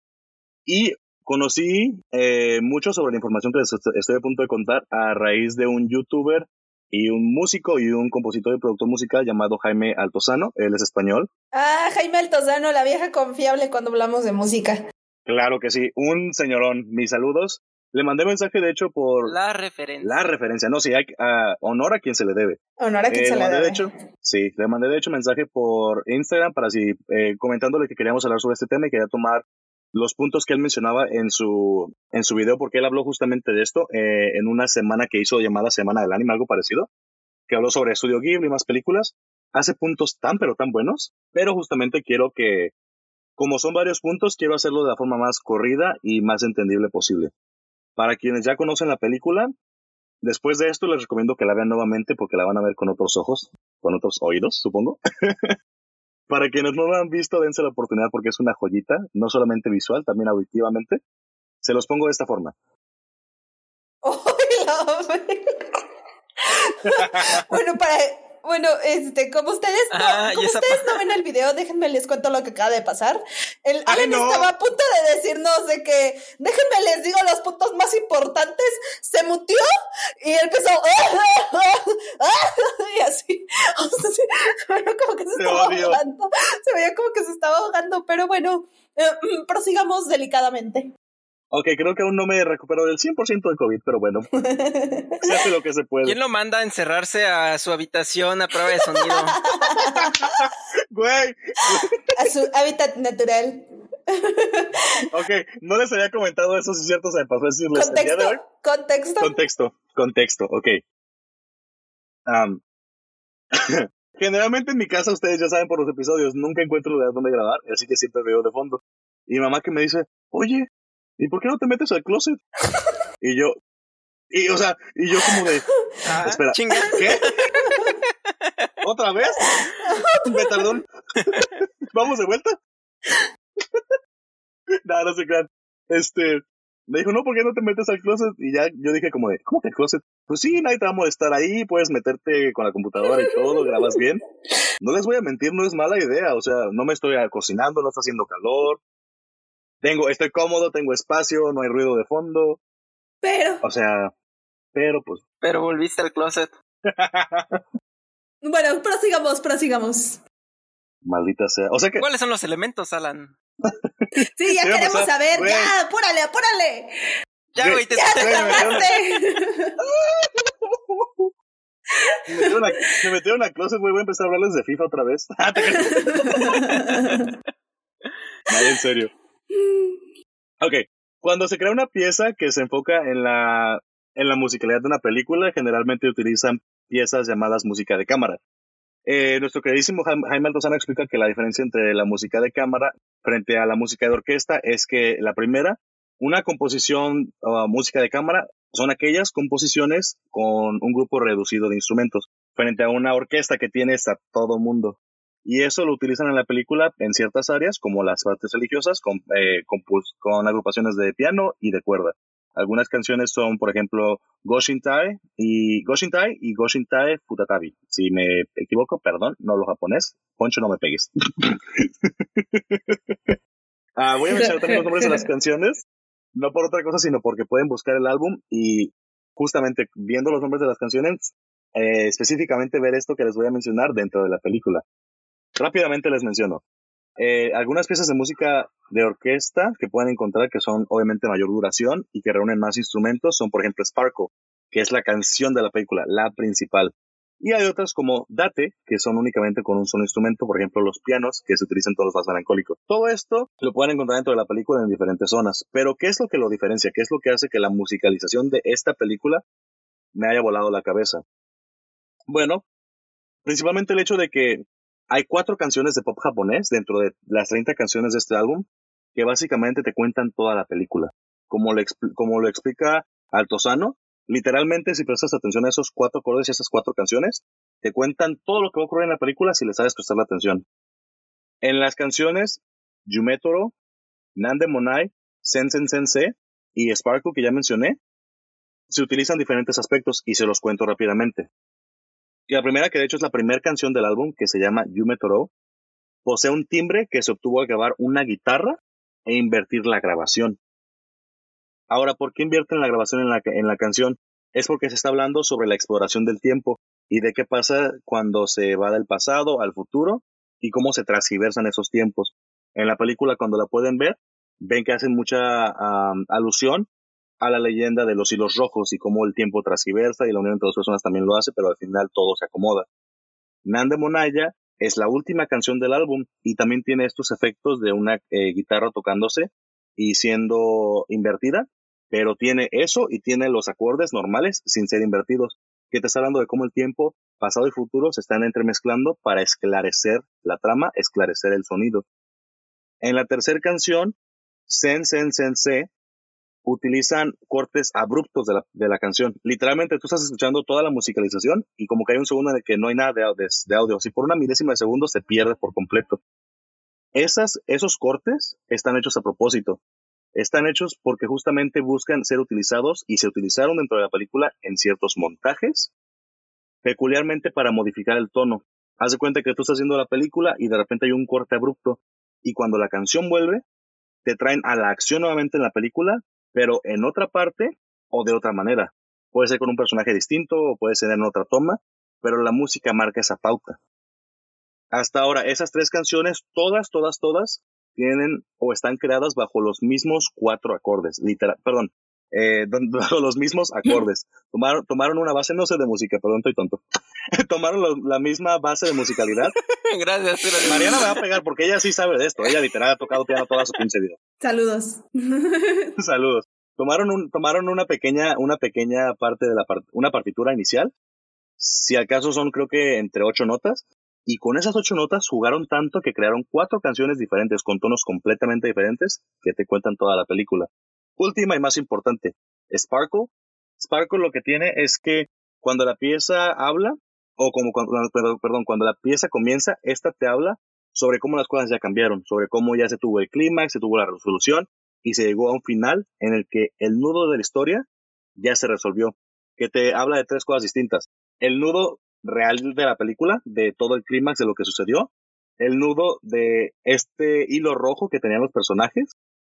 Y conocí mucho sobre la información que les estoy a punto de contar a raíz de un youtuber y un músico y un compositor y productor musical llamado Jaime Altozano. Él es español. Jaime Altozano, la vieja confiable cuando hablamos de música. Claro que sí, un señorón. Mis saludos. Le mandé mensaje, de hecho, por La referencia. la referencia. No, sí, hay honor a quien se le debe. Honor a quien se le mandé, debe. de hecho, sí, le mandé de hecho mensaje por Instagram para así, comentándole que queríamos hablar sobre este tema y quería tomar los puntos que él mencionaba en su video, porque él habló justamente de esto en una semana que hizo llamada Semana del Anime, algo parecido, que habló sobre Estudio Ghibli y más películas. Hace puntos tan pero tan buenos, pero justamente quiero que, como son varios puntos, quiero hacerlo de la forma más corrida y más entendible posible. Para quienes ya conocen la película, después de esto les recomiendo que la vean nuevamente porque la van a ver con otros ojos, con otros oídos, supongo. Para quienes no la han visto, dense la oportunidad porque es una joyita, no solamente visual, también auditivamente. Se los pongo de esta forma. Bueno, como ustedes no ven el video, déjenme les cuento lo que acaba de pasar. Alan estaba a punto de decirnos de que, déjenme les digo los puntos más importantes, se mutió y empezó y así. Se veía como que se estaba ahogando. Se veía como que se estaba ahogando, pero bueno, prosigamos delicadamente. Ok, creo que aún no me recupero del 100% de COVID, pero bueno, se hace lo que se puede. ¿Quién lo manda a encerrarse a su habitación a prueba de sonido? Güey. A su hábitat natural. Ok, no les había comentado eso, si es cierto, se me pasó decirles. Contexto, ok. Generalmente en mi casa, ustedes ya saben por los episodios, nunca encuentro lugar donde grabar, así que siempre veo de fondo. Y mi mamá que me dice, oye, ¿y por qué no te metes al closet? Y yo como de, espera, chinga. ¿qué? ¿Otra vez? Me tardó. ¿Vamos de vuelta? No se crean. Me dijo, no, ¿por qué no te metes al closet? Y ya yo dije como de, ¿cómo que el closet? Pues sí, nadie te va a molestar ahí, puedes meterte con la computadora y todo, grabas bien. No les voy a mentir, no es mala idea, o sea, no me estoy cocinando, no está haciendo calor. Estoy cómodo, tengo espacio, no hay ruido de fondo. Pero volviste al closet. Bueno, prosigamos. Maldita sea. O sea que... ¿Cuáles son los elementos, Alan? Sí, ya queremos saber. Wey. Ya, apúrale. Ya, güey, te Me metieron a closet, güey. Voy a empezar a hablarles de FIFA otra vez. Vaya, en serio. Ok, cuando se crea una pieza que se enfoca en la musicalidad de una película, generalmente utilizan piezas llamadas música de cámara. Nuestro queridísimo Jaime Altozano explica que la diferencia entre la música de cámara frente a la música de orquesta es que la primera, una composición o música de cámara, son aquellas composiciones con un grupo reducido de instrumentos, frente a una orquesta que tienes a todo mundo. Y eso lo utilizan en la película en ciertas áreas, como las partes religiosas, con agrupaciones de piano y de cuerda. Algunas canciones son, por ejemplo, Goshintai y Goshintai Futatabi. Si me equivoco, perdón, no lo japonés. Poncho, no me pegues. Voy a mencionar también los nombres de las canciones, no por otra cosa, sino porque pueden buscar el álbum y justamente viendo los nombres de las canciones, específicamente ver esto que les voy a mencionar dentro de la película. Rápidamente les menciono. Algunas piezas de música de orquesta que pueden encontrar que son obviamente mayor duración y que reúnen más instrumentos son, por ejemplo, Sparkle, que es la canción de la película, la principal. Y hay otras como Date, que son únicamente con un solo instrumento, por ejemplo, los pianos, que se utilizan todos los más melancólicos. Todo esto lo pueden encontrar dentro de la película en diferentes zonas. Pero, ¿qué es lo que lo diferencia? ¿Qué es lo que hace que la musicalización de esta película me haya volado la cabeza? Bueno, principalmente el hecho de que hay 4 canciones de pop japonés dentro de las 30 canciones de este álbum que básicamente te cuentan toda la película. Como lo explica Altozano, literalmente si prestas atención a esos 4 acordes y esas 4 canciones, te cuentan todo lo que va a ocurrir en la película si le sabes prestar la atención. En las canciones Yumetoro, Nande Monai, Sensen Sensei y Sparkle que ya mencioné, se utilizan diferentes aspectos y se los cuento rápidamente. Y la primera, que de hecho es la primera canción del álbum, que se llama Yume Toro, posee un timbre que se obtuvo al grabar una guitarra e invertir la grabación. Ahora, ¿por qué invierten la grabación en la canción? Es porque se está hablando sobre la exploración del tiempo y de qué pasa cuando se va del pasado al futuro y cómo se transgiversan esos tiempos. En la película, cuando la pueden ver, ven que hacen mucha alusión a la leyenda de los hilos rojos y cómo el tiempo transgiversa y la unión entre dos personas también lo hace, pero al final todo se acomoda. Nande Monaya es la última canción del álbum y también tiene estos efectos de una guitarra tocándose y siendo invertida, pero tiene eso y tiene los acordes normales sin ser invertidos, que te está hablando de cómo el tiempo, pasado y futuro se están entremezclando para esclarecer la trama, esclarecer el sonido. En la tercera canción, Sen Sen Sen Se, utilizan cortes abruptos de la canción. Literalmente tú estás escuchando toda la musicalización y como que hay un segundo en el que no hay nada de audio. Si por una milésima de segundo se pierde por completo. Esos cortes están hechos a propósito. Están hechos porque justamente buscan ser utilizados y se utilizaron dentro de la película en ciertos montajes, peculiarmente para modificar el tono. Haz de cuenta que tú estás haciendo la película y de repente hay un corte abrupto y cuando la canción vuelve, te traen a la acción nuevamente en la película, pero en otra parte o de otra manera. Puede ser con un personaje distinto o puede ser en otra toma, pero la música marca esa pauta. Hasta ahora, esas tres canciones, todas, tienen o están creadas bajo los mismos 4 acordes, bajo los mismos acordes. Tomaron una base, no sé de música, perdón, estoy tonto. Tomaron la misma base de musicalidad. Gracias. Mariana me va a pegar porque ella sí sabe de esto. Ella literal ha tocado piano toda su pinche vida. Saludos. Saludos. Tomaron una pequeña parte de una partitura inicial. Si acaso son creo que entre 8 notas. Y con esas 8 notas jugaron tanto que crearon 4 canciones diferentes con tonos completamente diferentes que te cuentan toda la película. Última y más importante, Sparkle. Sparkle lo que tiene es que cuando la pieza habla, cuando la pieza comienza, esta te habla sobre cómo las cosas ya cambiaron, sobre cómo ya se tuvo el clímax, se tuvo la resolución y se llegó a un final en el que el nudo de la historia ya se resolvió, que te habla de 3 cosas distintas. El nudo real de la película, de todo el clímax de lo que sucedió, el nudo de este hilo rojo que tenían los personajes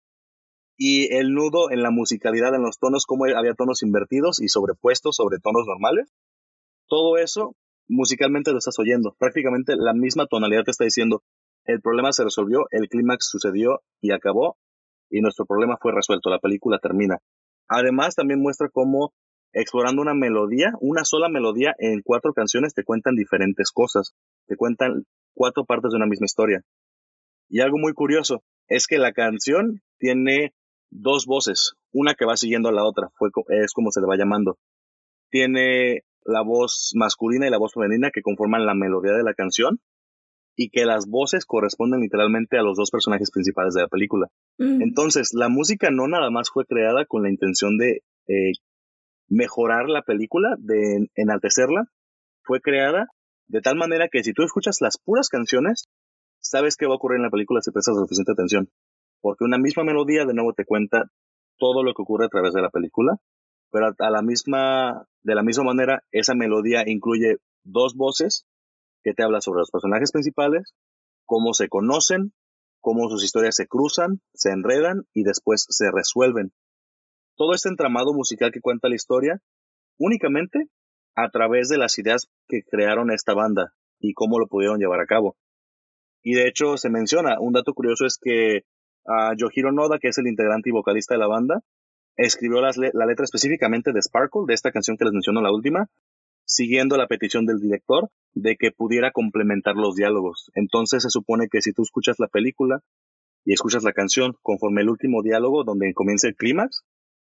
y el nudo en la musicalidad, en los tonos, como había tonos invertidos y sobrepuestos sobre tonos normales. Todo eso musicalmente lo estás oyendo, prácticamente la misma tonalidad te está diciendo el problema se resolvió, el clímax sucedió y acabó y nuestro problema fue resuelto, la película termina. Además también muestra cómo explorando una melodía, una sola melodía en 4 canciones te cuentan diferentes cosas, te cuentan 4 partes de una misma historia. Y algo muy curioso es que la canción tiene 2 voces, una que va siguiendo a la otra, es como se le va llamando. Tiene la voz masculina y la voz femenina que conforman la melodía de la canción y que las voces corresponden literalmente a los 2 personajes principales de la película. Entonces, la música no nada más fue creada con la intención de mejorar la película, de enaltecerla, fue creada de tal manera que si tú escuchas las puras canciones, sabes qué va a ocurrir en la película si prestas suficiente atención, porque una misma melodía de nuevo te cuenta todo lo que ocurre a través de la película, pero de la misma manera esa melodía incluye 2 voces que te habla sobre los personajes principales, cómo se conocen, cómo sus historias se cruzan, se enredan y después se resuelven. Todo este entramado musical que cuenta la historia únicamente a través de las ideas que crearon esta banda y cómo lo pudieron llevar a cabo. Y de hecho se menciona, un dato curioso es que Yohiro Noda, que es el integrante y vocalista de la banda, escribió la letra específicamente de Sparkle, de esta canción que les menciono la última, siguiendo la petición del director de que pudiera complementar los diálogos. Entonces se supone que si tú escuchas la película y escuchas la canción conforme el último diálogo donde comienza el clímax,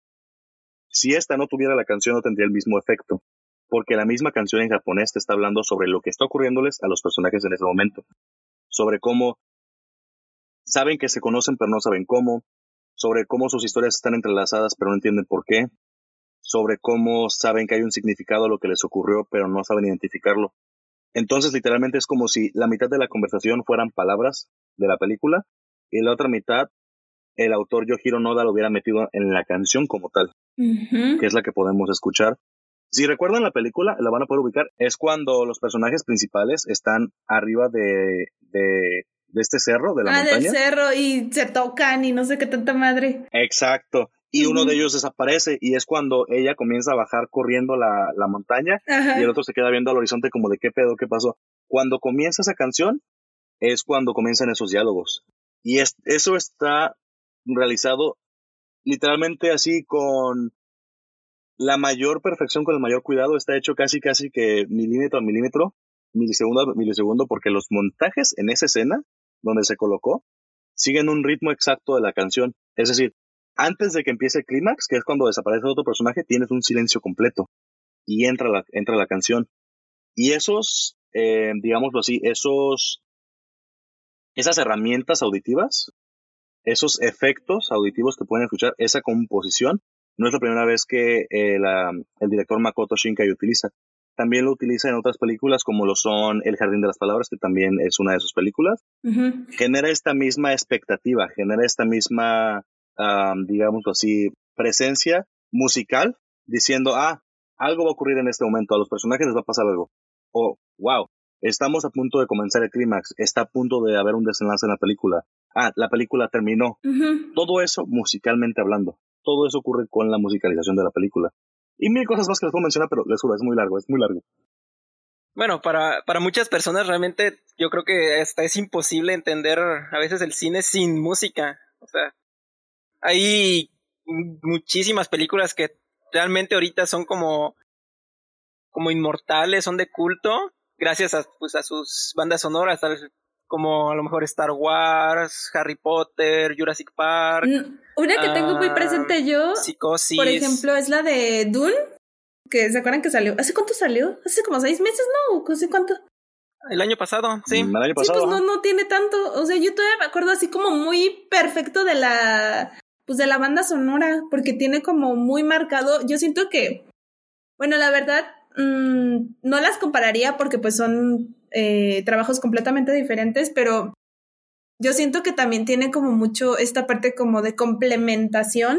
si esta no tuviera la canción no tendría el mismo efecto, porque la misma canción en japonés te está hablando sobre lo que está ocurriéndoles a los personajes en ese momento, sobre cómo saben que se conocen pero no saben cómo, sobre cómo sus historias están entrelazadas pero no entienden por qué, sobre cómo saben que hay un significado a lo que les ocurrió pero no saben identificarlo. Entonces literalmente es como si la mitad de la conversación fueran palabras de la película y la otra mitad el autor Yohiro Noda lo hubiera metido en la canción como tal, que es la que podemos escuchar. Si recuerdan la película, la van a poder ubicar, es cuando los personajes principales están arriba de este cerro, de la montaña. Del cerro y se tocan y no sé qué tanta madre. Exacto. Y uno de ellos desaparece y es cuando ella comienza a bajar corriendo la montaña. Ajá. Y el otro se queda viendo al horizonte como de qué pedo, qué pasó. Cuando comienza esa canción es cuando comienzan esos diálogos. Y eso está realizado literalmente así con la mayor perfección, con el mayor cuidado, está hecho casi que milímetro a milímetro, milisegundo a milisegundo, porque los montajes en esa escena donde se colocó siguen un ritmo exacto de la canción. Es decir, antes de que empiece el clímax, que es cuando desaparece otro personaje, tienes un silencio completo y entra la canción. Y esos, digámoslo así, esas herramientas auditivas, esos efectos auditivos que pueden escuchar, esa composición, no es la primera vez que el director Makoto Shinkai utiliza. También lo utiliza en otras películas como lo son El Jardín de las Palabras, que también es una de sus películas. Uh-huh. Genera esta misma expectativa, genera esta misma, digámoslo así, presencia musical, diciendo, algo va a ocurrir en este momento, a los personajes les va a pasar algo. O, wow, estamos a punto de comenzar el clímax, está a punto de haber un desenlace en la película. La película terminó. Uh-huh. Todo eso musicalmente hablando. Todo eso ocurre con la musicalización de la película. Y mil cosas más que les puedo mencionar, pero les juro, es muy largo. Bueno, para muchas personas realmente yo creo que hasta es imposible entender a veces el cine sin música. O sea, hay muchísimas películas que realmente ahorita son como inmortales, son de culto, gracias a sus bandas sonoras, tal como a lo mejor Star Wars, Harry Potter, Jurassic Park. Una que tengo muy presente yo, Psicosis. Por ejemplo, es la de Dune, que se acuerdan que salió. ¿Hace cuánto salió? ¿Hace como 6 meses, no? ¿Hace cuánto? El año pasado, sí. El año pasado. Sí, pues no tiene tanto. O sea, yo todavía me acuerdo así como muy perfecto de la banda sonora, porque tiene como muy marcado. Yo siento que, bueno, la verdad, no las compararía porque pues son trabajos completamente diferentes, pero yo siento que también tiene como mucho esta parte como de complementación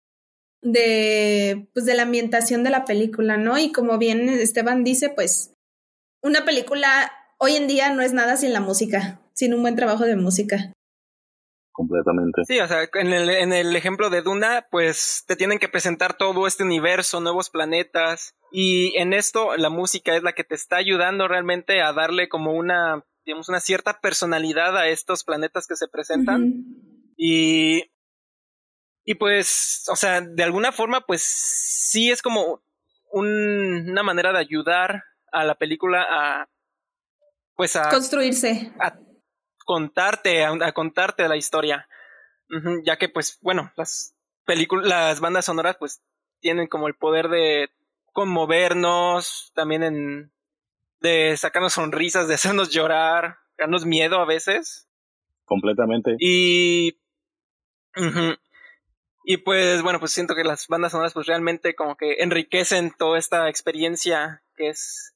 de la ambientación de la película, ¿no? Y como bien Esteban dice, pues una película hoy en día no es nada sin la música, sin un buen trabajo de música. Completamente. Sí, o sea, en el ejemplo de Duna, pues te tienen que presentar todo este universo, nuevos planetas, y en esto la música es la que te está ayudando realmente a darle como una cierta personalidad a estos planetas que se presentan. Uh-huh. Y pues, o sea, de alguna forma, pues sí es como una manera de ayudar a la película a construirse, a contarte la historia. Uh-huh, ya que pues bueno, las bandas sonoras pues tienen como el poder de conmovernos, también de sacarnos sonrisas, de hacernos llorar, darnos miedo a veces. Completamente. Uh-huh. Y pues bueno, pues siento que las bandas sonoras pues realmente como que enriquecen toda esta experiencia que es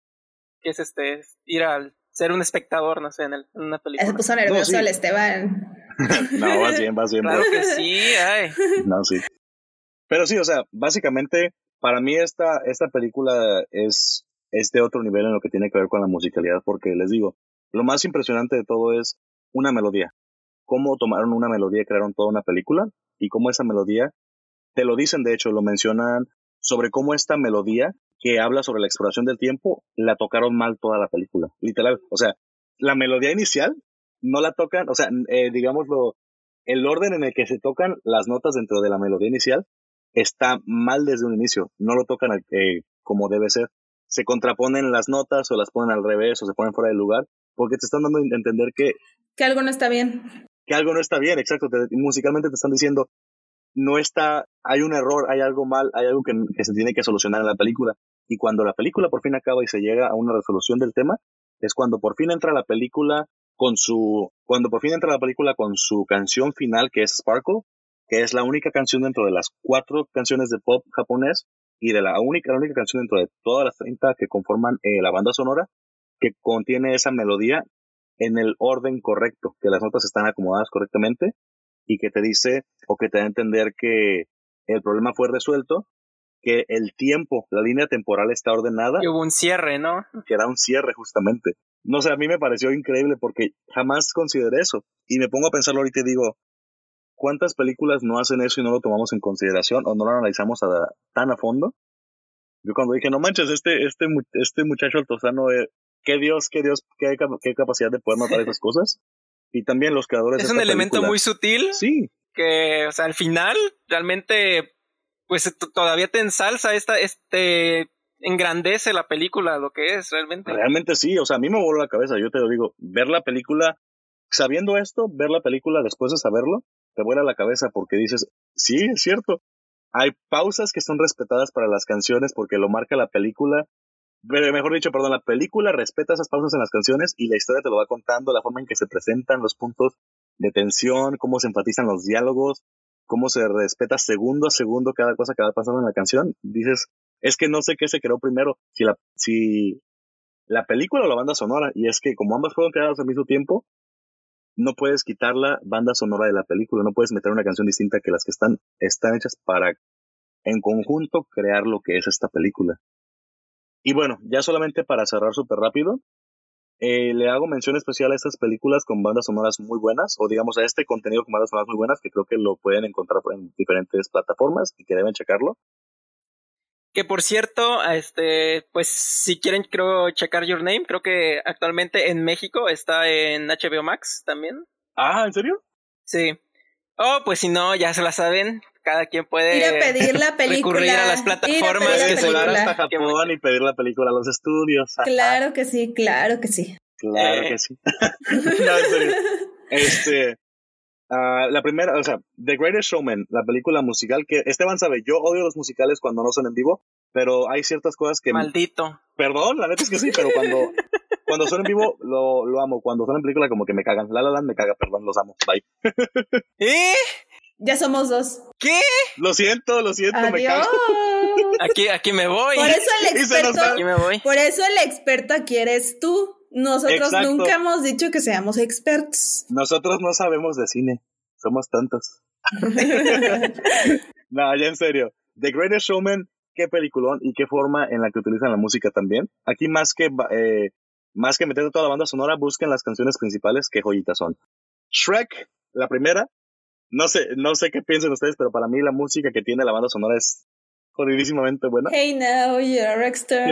ir al ser un espectador, no sé, en una película. Se puso nervioso el Esteban. No, vas bien. Claro que sí, ay. No, sí. Pero sí, o sea, básicamente, para mí esta película es de otro nivel en lo que tiene que ver con la musicalidad, porque les digo, lo más impresionante de todo es una melodía. Cómo tomaron una melodía y crearon toda una película, y cómo esa melodía, te lo dicen, de hecho, lo mencionan sobre cómo esta melodía que habla sobre la exploración del tiempo, la tocaron mal toda la película, literal. O sea, la melodía inicial no la tocan, o sea, digámoslo, el orden en el que se tocan las notas dentro de la melodía inicial está mal desde un inicio, no lo tocan como debe ser. Se contraponen las notas o las ponen al revés o se ponen fuera del lugar, porque te están dando a entender que algo no está bien. Que algo no está bien, exacto. Musicalmente te están diciendo, no está, hay un error, hay algo mal, hay algo que se tiene que solucionar en la película. Y cuando la película por fin acaba y se llega a una resolución del tema, es cuando por fin entra la película con su canción final, que es Sparkle, que es la única canción dentro de las 4 canciones de pop japonés y de la única canción dentro de todas las 30 que conforman la banda sonora, que contiene esa melodía en el orden correcto, que las notas están acomodadas correctamente y que te dice o que te da a entender que el problema fue resuelto, que el tiempo, la línea temporal está ordenada. Y hubo un cierre, ¿no? Que era un cierre justamente. No sé, a mí me pareció increíble porque jamás consideré eso. Y me pongo a pensarlo ahorita y digo, ¿cuántas películas no hacen eso y no lo tomamos en consideración o no lo analizamos tan a fondo? Yo cuando dije, no manches, este muchacho Altozano, qué capacidad de poder notar esas cosas. Y también los creadores es un elemento película. muy sutil. Sí. que, o sea, al final realmente pues todavía te ensalza engrandece la película, lo que es realmente. Realmente sí, o sea, a mí me voló la cabeza, yo te lo digo, ver la película, sabiendo esto, ver la película después de saberlo, te vuela la cabeza porque dices, sí, es cierto, hay pausas que son respetadas para las canciones porque lo marca la película, mejor dicho, perdón, la película respeta esas pausas en las canciones y la historia te lo va contando, la forma en que se presentan los puntos de tensión, cómo se enfatizan los diálogos, cómo se respeta segundo a segundo cada cosa que va pasando en la canción. Dices, es que no sé qué se creó primero, si la película o la banda sonora, y es que como ambas fueron creadas al mismo tiempo, no puedes quitar la banda sonora de la película, no puedes meter una canción distinta que las que están hechas para en conjunto crear lo que es esta película. Y bueno, ya solamente para cerrar súper rápido, le hago mención especial a estas películas con bandas sonoras muy buenas, o digamos a este contenido con bandas sonoras muy buenas, que creo que lo pueden encontrar en diferentes plataformas y que deben checarlo. Que por cierto, pues si quieren, creo, checar Your Name, creo que actualmente en México está en HBO Max también. Ah, ¿en serio? Sí. Pues si no, ya se la saben, cada quien puede ir a pedir la película, recurrir a las plataformas que volar hasta Japón y pedir la película a los estudios. Claro que sí, claro que sí. Claro que sí. No, en serio. La primera, o sea, The Greatest Showman, la película musical que Esteban sabe, yo odio los musicales cuando no son en vivo, pero hay ciertas cosas que... Maldito. Perdón, la neta es que sí, pero cuando son en vivo lo amo, cuando son en película como que me cagan. La La Land me caga, perdón, los amo, bye. Ya somos dos. ¿Qué? Lo siento, Adiós. me cago. Aquí me voy. Por eso el experto, aquí me voy. Por eso el experto aquí eres tú. Nosotros Exacto. nunca hemos dicho que seamos expertos. Nosotros no sabemos de cine, somos tontos. No, ya en serio. The Greatest Showman, qué peliculón y qué forma en la que utilizan la música también. Aquí más que meter toda la banda sonora, busquen las canciones principales, qué joyitas son. Shrek, la primera. No sé qué piensan ustedes, pero para mí la música que tiene la banda sonora es jodidísimamente buena. Hey now, you're a rockstar.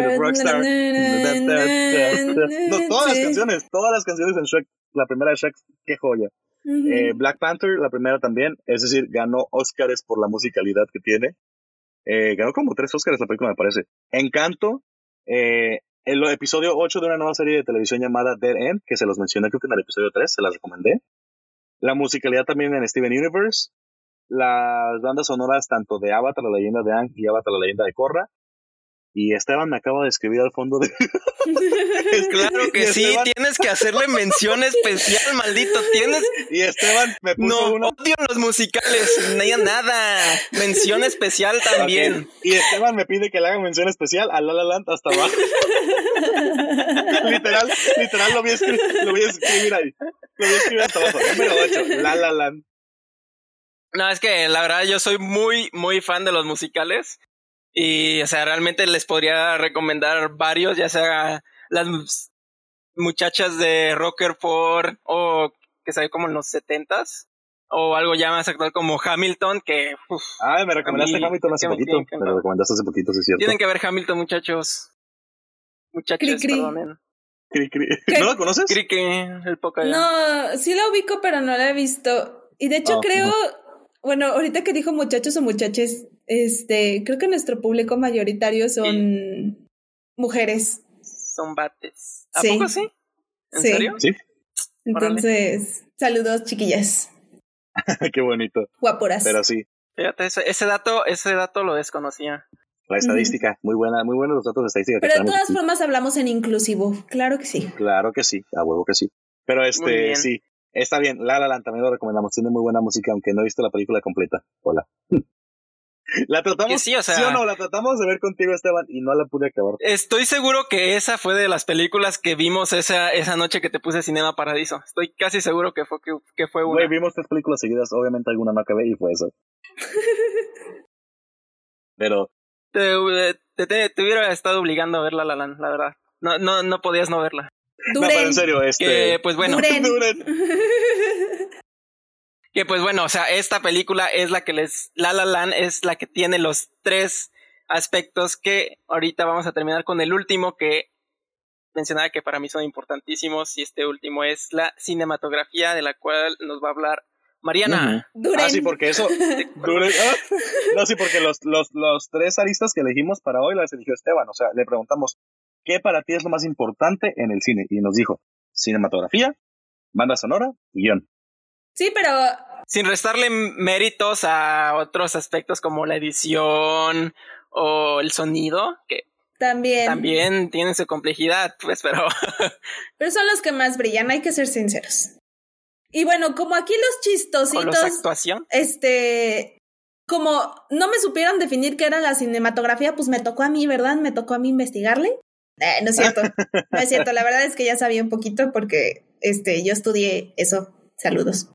No, todas las canciones en Shrek, la primera de Shrek, qué joya. Black Panther, la primera también, es decir, ganó Óscares por la musicalidad que tiene. Ganó como 3 Óscares la película, me parece. Encanto, el episodio 8 de una nueva serie de televisión llamada Dead End, que se los mencioné creo que en el episodio 3, se las recomendé. La musicalidad también en Steven Universe. Las bandas sonoras tanto de Avatar, la leyenda de Aang y Avatar, la leyenda de Korra. Y Esteban me acaba de escribir al fondo de... Claro que sí, Esteban... tienes que hacerle mención especial, maldito, tienes... Y Esteban me puso odio los musicales, nada, mención especial también. Okay. Y Esteban me pide que le haga mención especial a La La Land hasta abajo. literal lo voy a escribir ahí. Lo voy a escribir hasta abajo. Número 8, La La Land. No, es que la verdad yo soy muy, muy fan de los musicales. Y, o sea, realmente les podría recomendar varios, ya sea las muchachas de Rockerford o que salió como en los 70s, o algo ya más actual como Hamilton, que... me recomendaste Hamilton hace poquito. Me lo recomendaste hace poquito, sí es cierto. Tienen que ver Hamilton, muchachos. Muchachos, perdonen. ¿No la conoces? El poca ya. No, sí la ubico, pero no la he visto. Y de hecho creo... Bueno, ahorita que dijo muchachos o muchaches, creo que nuestro público mayoritario son mujeres. Son bates. ¿A poco sí? ¿En serio? Sí. Entonces, saludos, chiquillas. Qué bonito. Guaporas. Pero sí. Fíjate, ese dato lo desconocía. La estadística, muy buenos los datos de estadística. Pero de todas formas hablamos en inclusivo, claro que sí. Claro que sí, a huevo que sí. Pero sí. Está bien, La La Land también lo recomendamos. Tiene muy buena música, aunque no he visto la película completa. Hola. La tratamos, sí, o sea, ¿sí o no? La tratamos de ver contigo, Esteban, y no la pude acabar. Estoy seguro que esa fue de las películas que vimos esa noche que te puse Cinema Paradiso. Estoy casi seguro que fue una. Güey, vimos 3 películas seguidas, obviamente alguna no acabé y fue eso. Pero... Te hubiera estado obligando a ver La La Land, la verdad. No podías no verla. Duren. No, pero en serio, que pues bueno. Duren. Que pues bueno, o sea, esta película es la que La La Land es la que tiene los 3 aspectos que ahorita vamos a terminar con el último que mencionaba que para mí son importantísimos, y este último es la cinematografía, de la cual nos va a hablar Mariana. Duren. Sí, porque eso... No, sí, porque los 3 aristas que elegimos para hoy las eligió Esteban. O sea, le preguntamos, ¿qué para ti es lo más importante en el cine? Y nos dijo, cinematografía, banda sonora y guión. Sí, pero... Sin restarle méritos a otros aspectos como la edición o el sonido, que también tienen su complejidad, pues, pero... Pero son los que más brillan, hay que ser sinceros. Y bueno, como aquí los chistositos... ¿Con los actuación? Como no me supieron definir qué era la cinematografía, pues me tocó a mí, ¿verdad? Me tocó a mí investigarle. No es cierto, no es cierto. La verdad es que ya sabía un poquito porque yo estudié eso. Saludos.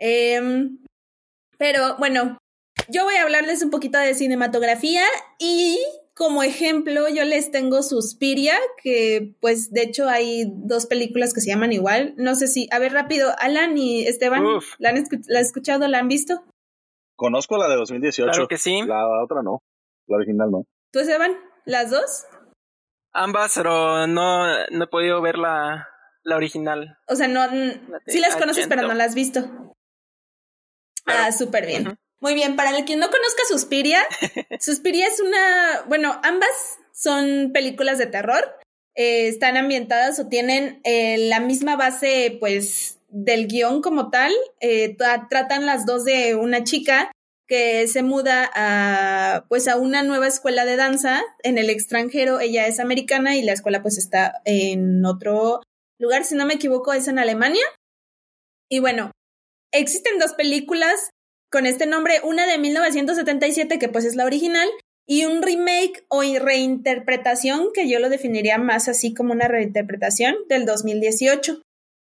Pero bueno, yo voy a hablarles un poquito de cinematografía y como ejemplo yo les tengo Suspiria, que pues de hecho hay 2 películas que se llaman igual. No sé si, a ver rápido, Alan y Esteban, ¿la han escuchado, la han visto? Conozco la de 2018. Claro que sí. La otra no, la original no. ¿Tú, Esteban? ¿Las 2? Ambas, pero no he podido ver la original. O sea, no, sí las conoces, pero no las has visto. Claro. Súper bien. Uh-huh. Muy bien, para el quien no conozca Suspiria, Suspiria es ambas son películas de terror, están ambientadas o tienen la misma base, pues, del guión como tal, tratan las 2 de una chica que se muda a una nueva escuela de danza en el extranjero. Ella es americana y la escuela pues está en otro lugar, si no me equivoco es en Alemania. Y bueno, existen 2 películas con este nombre, una de 1977 que pues es la original y un remake o reinterpretación que yo lo definiría más así como una reinterpretación del 2018.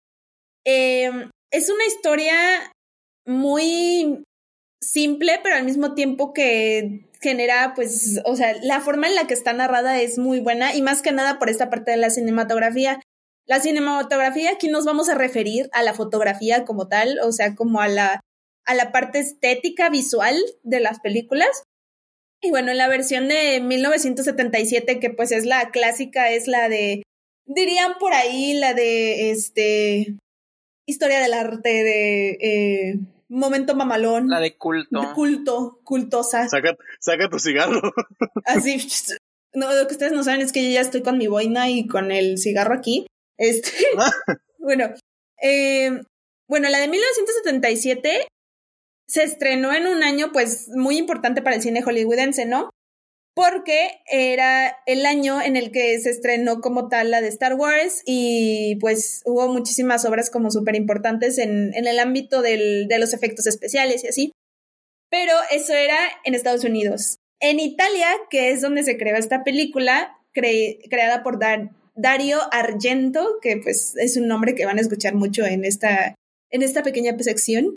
Es una historia muy simple, pero al mismo tiempo que genera, pues, o sea, la forma en la que está narrada es muy buena y más que nada por esta parte de la cinematografía. La cinematografía, aquí nos vamos a referir a la fotografía como tal, o sea, como a la parte estética visual de las películas. Y bueno, en la versión de 1977, que pues es la clásica, es la de, dirían por ahí, la de historia del arte, de momento mamalón. La de culto. Cultosa. Saca tu cigarro. Así, no, lo que ustedes no saben es que yo ya estoy con mi boina y con el cigarro aquí. Bueno, la de 1977 se estrenó en un año pues muy importante para el cine hollywoodense, ¿no? Porque era el año en el que se estrenó como tal la de Star Wars y pues hubo muchísimas obras como súper importantes en el ámbito de los efectos especiales y así. Pero eso era en Estados Unidos. En Italia, que es donde se creó esta película, creada por Dario Argento, que pues es un nombre que van a escuchar mucho en esta pequeña sección.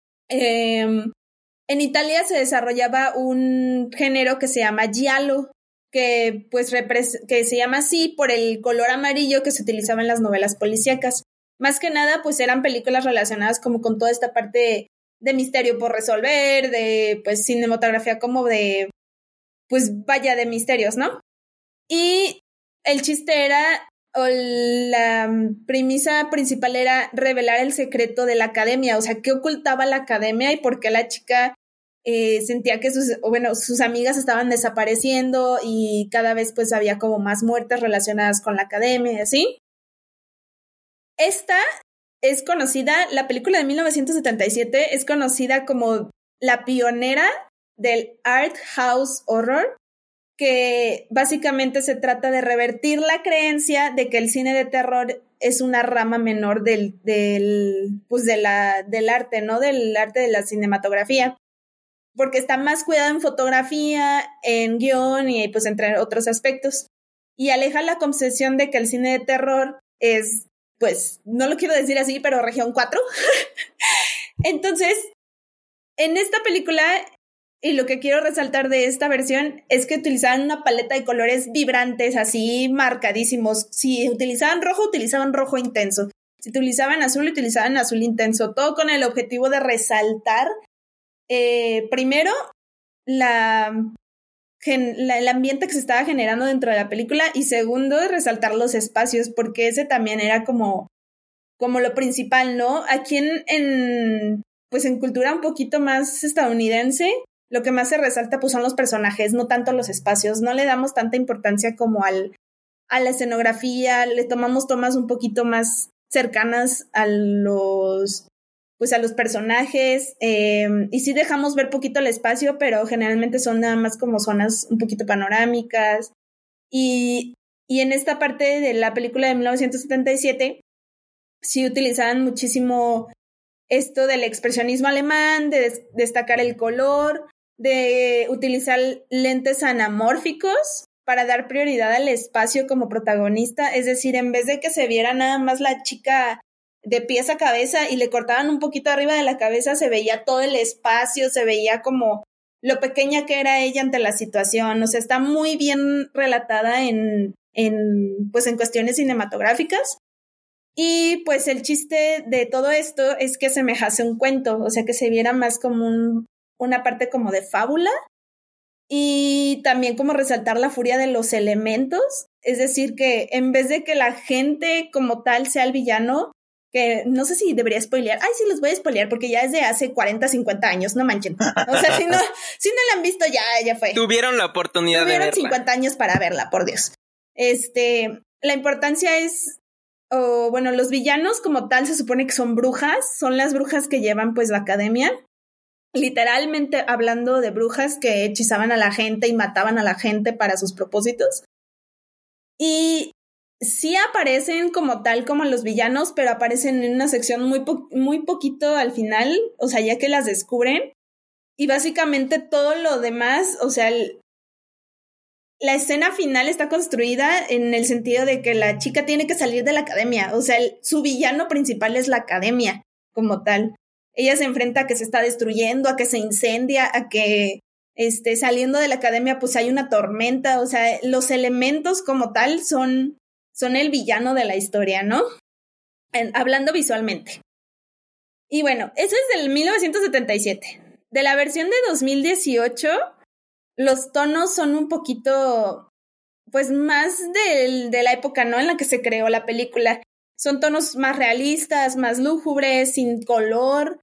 En Italia se desarrollaba un género que se llama giallo, que pues que se llama así por el color amarillo que se utilizaba en las novelas policíacas. Más que nada, pues eran películas relacionadas como con toda esta parte de misterio por resolver, de pues cinematografía como de, pues vaya, de misterios, ¿no? Y el chiste era, o la premisa principal era revelar el secreto de la academia, o sea, qué ocultaba la academia y por qué la chica sentía que sus amigas estaban desapareciendo y cada vez pues había como más muertes relacionadas con la academia y así. Esta es conocida, la película de 1977 es conocida como la pionera del art house horror, que básicamente se trata de revertir la creencia de que el cine de terror es una rama menor del arte, ¿no? Del arte de la cinematografía, porque está más cuidado en fotografía, en guión y pues entre otros aspectos, y aleja la concepción de que el cine de terror es, pues, no lo quiero decir así, pero región 4. Entonces, en esta película, y lo que quiero resaltar de esta versión es que utilizaban una paleta de colores vibrantes, así marcadísimos. Si utilizaban rojo intenso. Si utilizaban azul intenso. Todo con el objetivo de resaltar, primero, el ambiente que se estaba generando dentro de la película, y segundo, resaltar los espacios, porque ese también era como lo principal, ¿no? Aquí en pues en cultura un poquito más estadounidense, lo que más se resalta pues son los personajes, no tanto los espacios. No le damos tanta importancia como a la escenografía, le tomamos tomas un poquito más cercanas a los personajes, y sí dejamos ver poquito el espacio, pero generalmente son nada más como zonas un poquito panorámicas. Y en esta parte de la película de 1977 sí utilizaban muchísimo esto del expresionismo alemán, de destacar el color, de utilizar lentes anamórficos para dar prioridad al espacio como protagonista. Es decir, en vez de que se viera nada más la chica de pies a cabeza y le cortaban un poquito arriba de la cabeza, se veía todo el espacio, se veía como lo pequeña que era ella ante la situación. O sea, está muy bien relatada en cuestiones cinematográficas. Y pues el chiste de todo esto es que semejase un cuento, o sea, que se viera más como una parte como de fábula, y también como resaltar la furia de los elementos. Es decir, que en vez de que la gente como tal sea el villano, que no sé si debería spoilear. Ay, sí, los voy a spoilear porque ya es de hace 40, 50 años, no manchen. O sea, si no la han visto, ya fue. Tuvieron la oportunidad de verla. Tuvieron 50 años para verla, por Dios. La importancia es, los villanos como tal se supone que son brujas, son las brujas que llevan pues la academia. Literalmente hablando de brujas que hechizaban a la gente y mataban a la gente para sus propósitos. Y sí aparecen como tal como los villanos, pero aparecen en una sección muy poquito al final, o sea, ya que las descubren. Y básicamente todo lo demás, o sea, la escena final está construida en el sentido de que la chica tiene que salir de la academia. O sea, su villano principal es la academia como tal. Ella se enfrenta a que se está destruyendo, a que se incendia, a que saliendo de la academia pues hay una tormenta. O sea, los elementos como tal son el villano de la historia, ¿no? Hablando visualmente. Y bueno, eso es del 1977. De la versión de 2018, los tonos son un poquito, pues más de la época, ¿no?, en la que se creó la película. Son tonos más realistas, más lúgubres, sin color,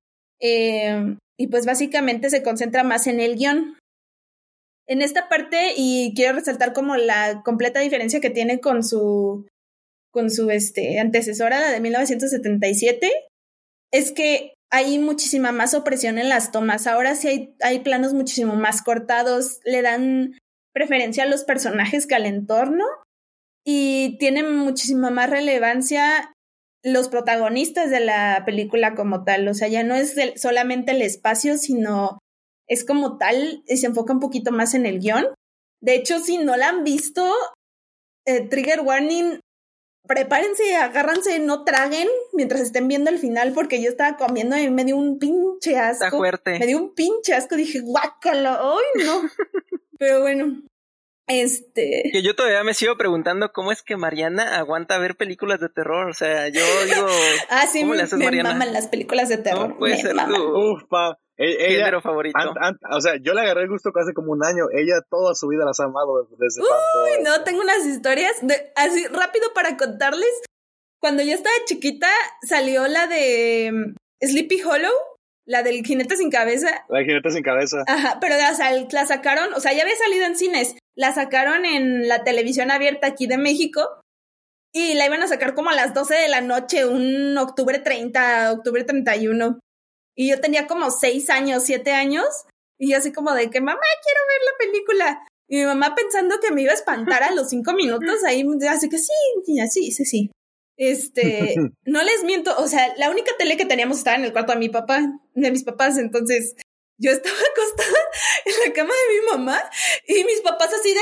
y pues básicamente se concentra más en el guión. En esta parte, y quiero resaltar como la completa diferencia que tiene con su antecesora, la de 1977, es que hay muchísima más opresión en las tomas. Ahora sí hay planos muchísimo más cortados, le dan preferencia a los personajes que al entorno, y tienen muchísima más relevancia los protagonistas de la película como tal. O sea, ya no es solamente el espacio, sino es como tal, y se enfoca un poquito más en el guión. De hecho, si no la han visto, trigger warning, prepárense, agárranse, no traguen mientras estén viendo el final, porque yo estaba comiendo y me dio un pinche asco. Está fuerte. Me dio un pinche asco, dije, guácala, ¡ay, no! Pero bueno, Que yo todavía me sigo preguntando cómo es que Mariana aguanta ver películas de terror. O sea, yo digo, sí, ¿cómo le haces, Mariana? Me maman las películas de terror. ¿Cómo puede ser tu género favorito? O sea, yo le agarré el gusto hace como un año. Ella toda su vida las ha amado desde cuando... no, tengo unas historias así rápido para contarles. Cuando yo estaba chiquita salió la de Sleepy Hollow, la del jinete sin cabeza. La del jinete sin cabeza. Ajá, pero la sacaron, o sea, ya había salido en cines. La sacaron en la televisión abierta aquí de México y la iban a sacar como a las 12 de la noche, un octubre 31. Y yo tenía como 6 años, 7 años, y yo así como de que, mamá, quiero ver la película. Y mi mamá pensando que me iba a espantar a los 5 minutos, ahí así que sí. No les miento, o sea, la única tele que teníamos estaba en el cuarto de mis papás, entonces yo estaba acostada en la cama de mi mamá y mis papás así de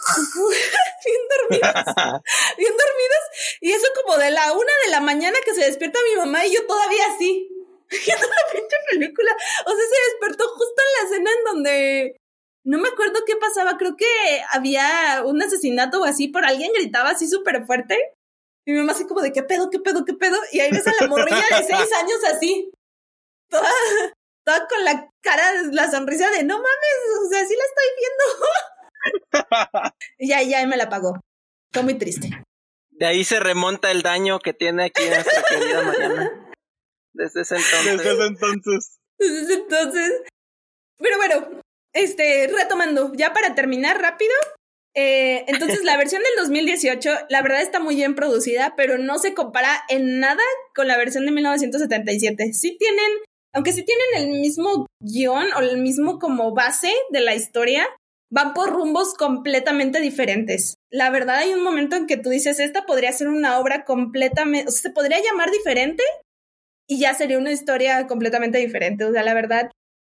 bien dormidos, y eso como de la 1 de la mañana que se despierta mi mamá y yo todavía así viendo la pinche película. O sea, se despertó justo en la escena en donde no me acuerdo qué pasaba, creo que había un asesinato o así, pero alguien gritaba así súper fuerte y mi mamá así como de ¿qué pedo? Y ahí ves a la morrilla de 6 años así toda con la cara, la sonrisa de no mames, o sea, sí la estoy viendo. Y ya me la pagó. Fue muy triste. De ahí se remonta el daño que tiene aquí nuestra querida Mariana. Desde ese entonces. Entonces, pero bueno, retomando, ya para terminar rápido, entonces la versión del 2018, la verdad está muy bien producida, pero no se compara en nada con la versión de 1977. Aunque sí tienen el mismo guión o el mismo como base de la historia, van por rumbos completamente diferentes. La verdad hay un momento en que tú dices, esta podría ser una obra completamente, o sea, se podría llamar diferente y ya sería una historia completamente diferente. O sea, la verdad,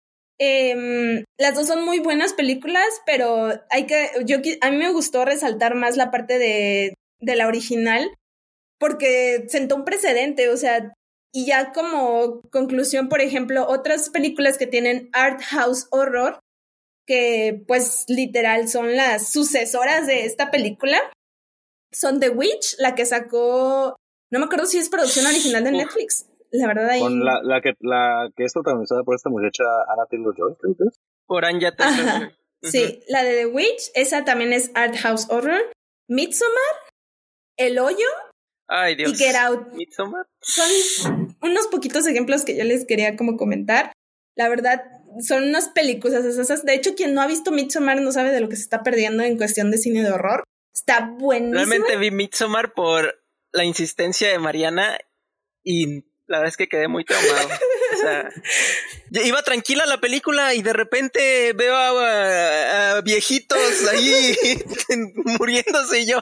las dos son muy buenas películas, pero a mí me gustó resaltar más la parte de la original porque sentó un precedente, o sea, y ya como conclusión, por ejemplo, otras películas que tienen art house horror, que pues literal son las sucesoras de esta película, son The Witch, la que sacó, no me acuerdo si es producción original de Netflix, la verdad ahí... Con la que es protagonizada por esta muchacha Anya Taylor-Joy, creo que es. Por Anya Taylor-Joy. Sí, la de The Witch, esa también es art house horror. Midsommar, El Hoyo, ay, Dios. y Get Out. Midsommar. Son unos poquitos ejemplos que yo les quería como comentar. La verdad, son unas películas esas. De hecho, quien no ha visto Midsommar no sabe de lo que se está perdiendo en cuestión de cine de horror. Está buenísimo. Realmente vi Midsommar por la insistencia de Mariana y la verdad es que quedé muy traumado. O sea, iba tranquila la película y de repente veo a viejitos ahí muriéndose y yo...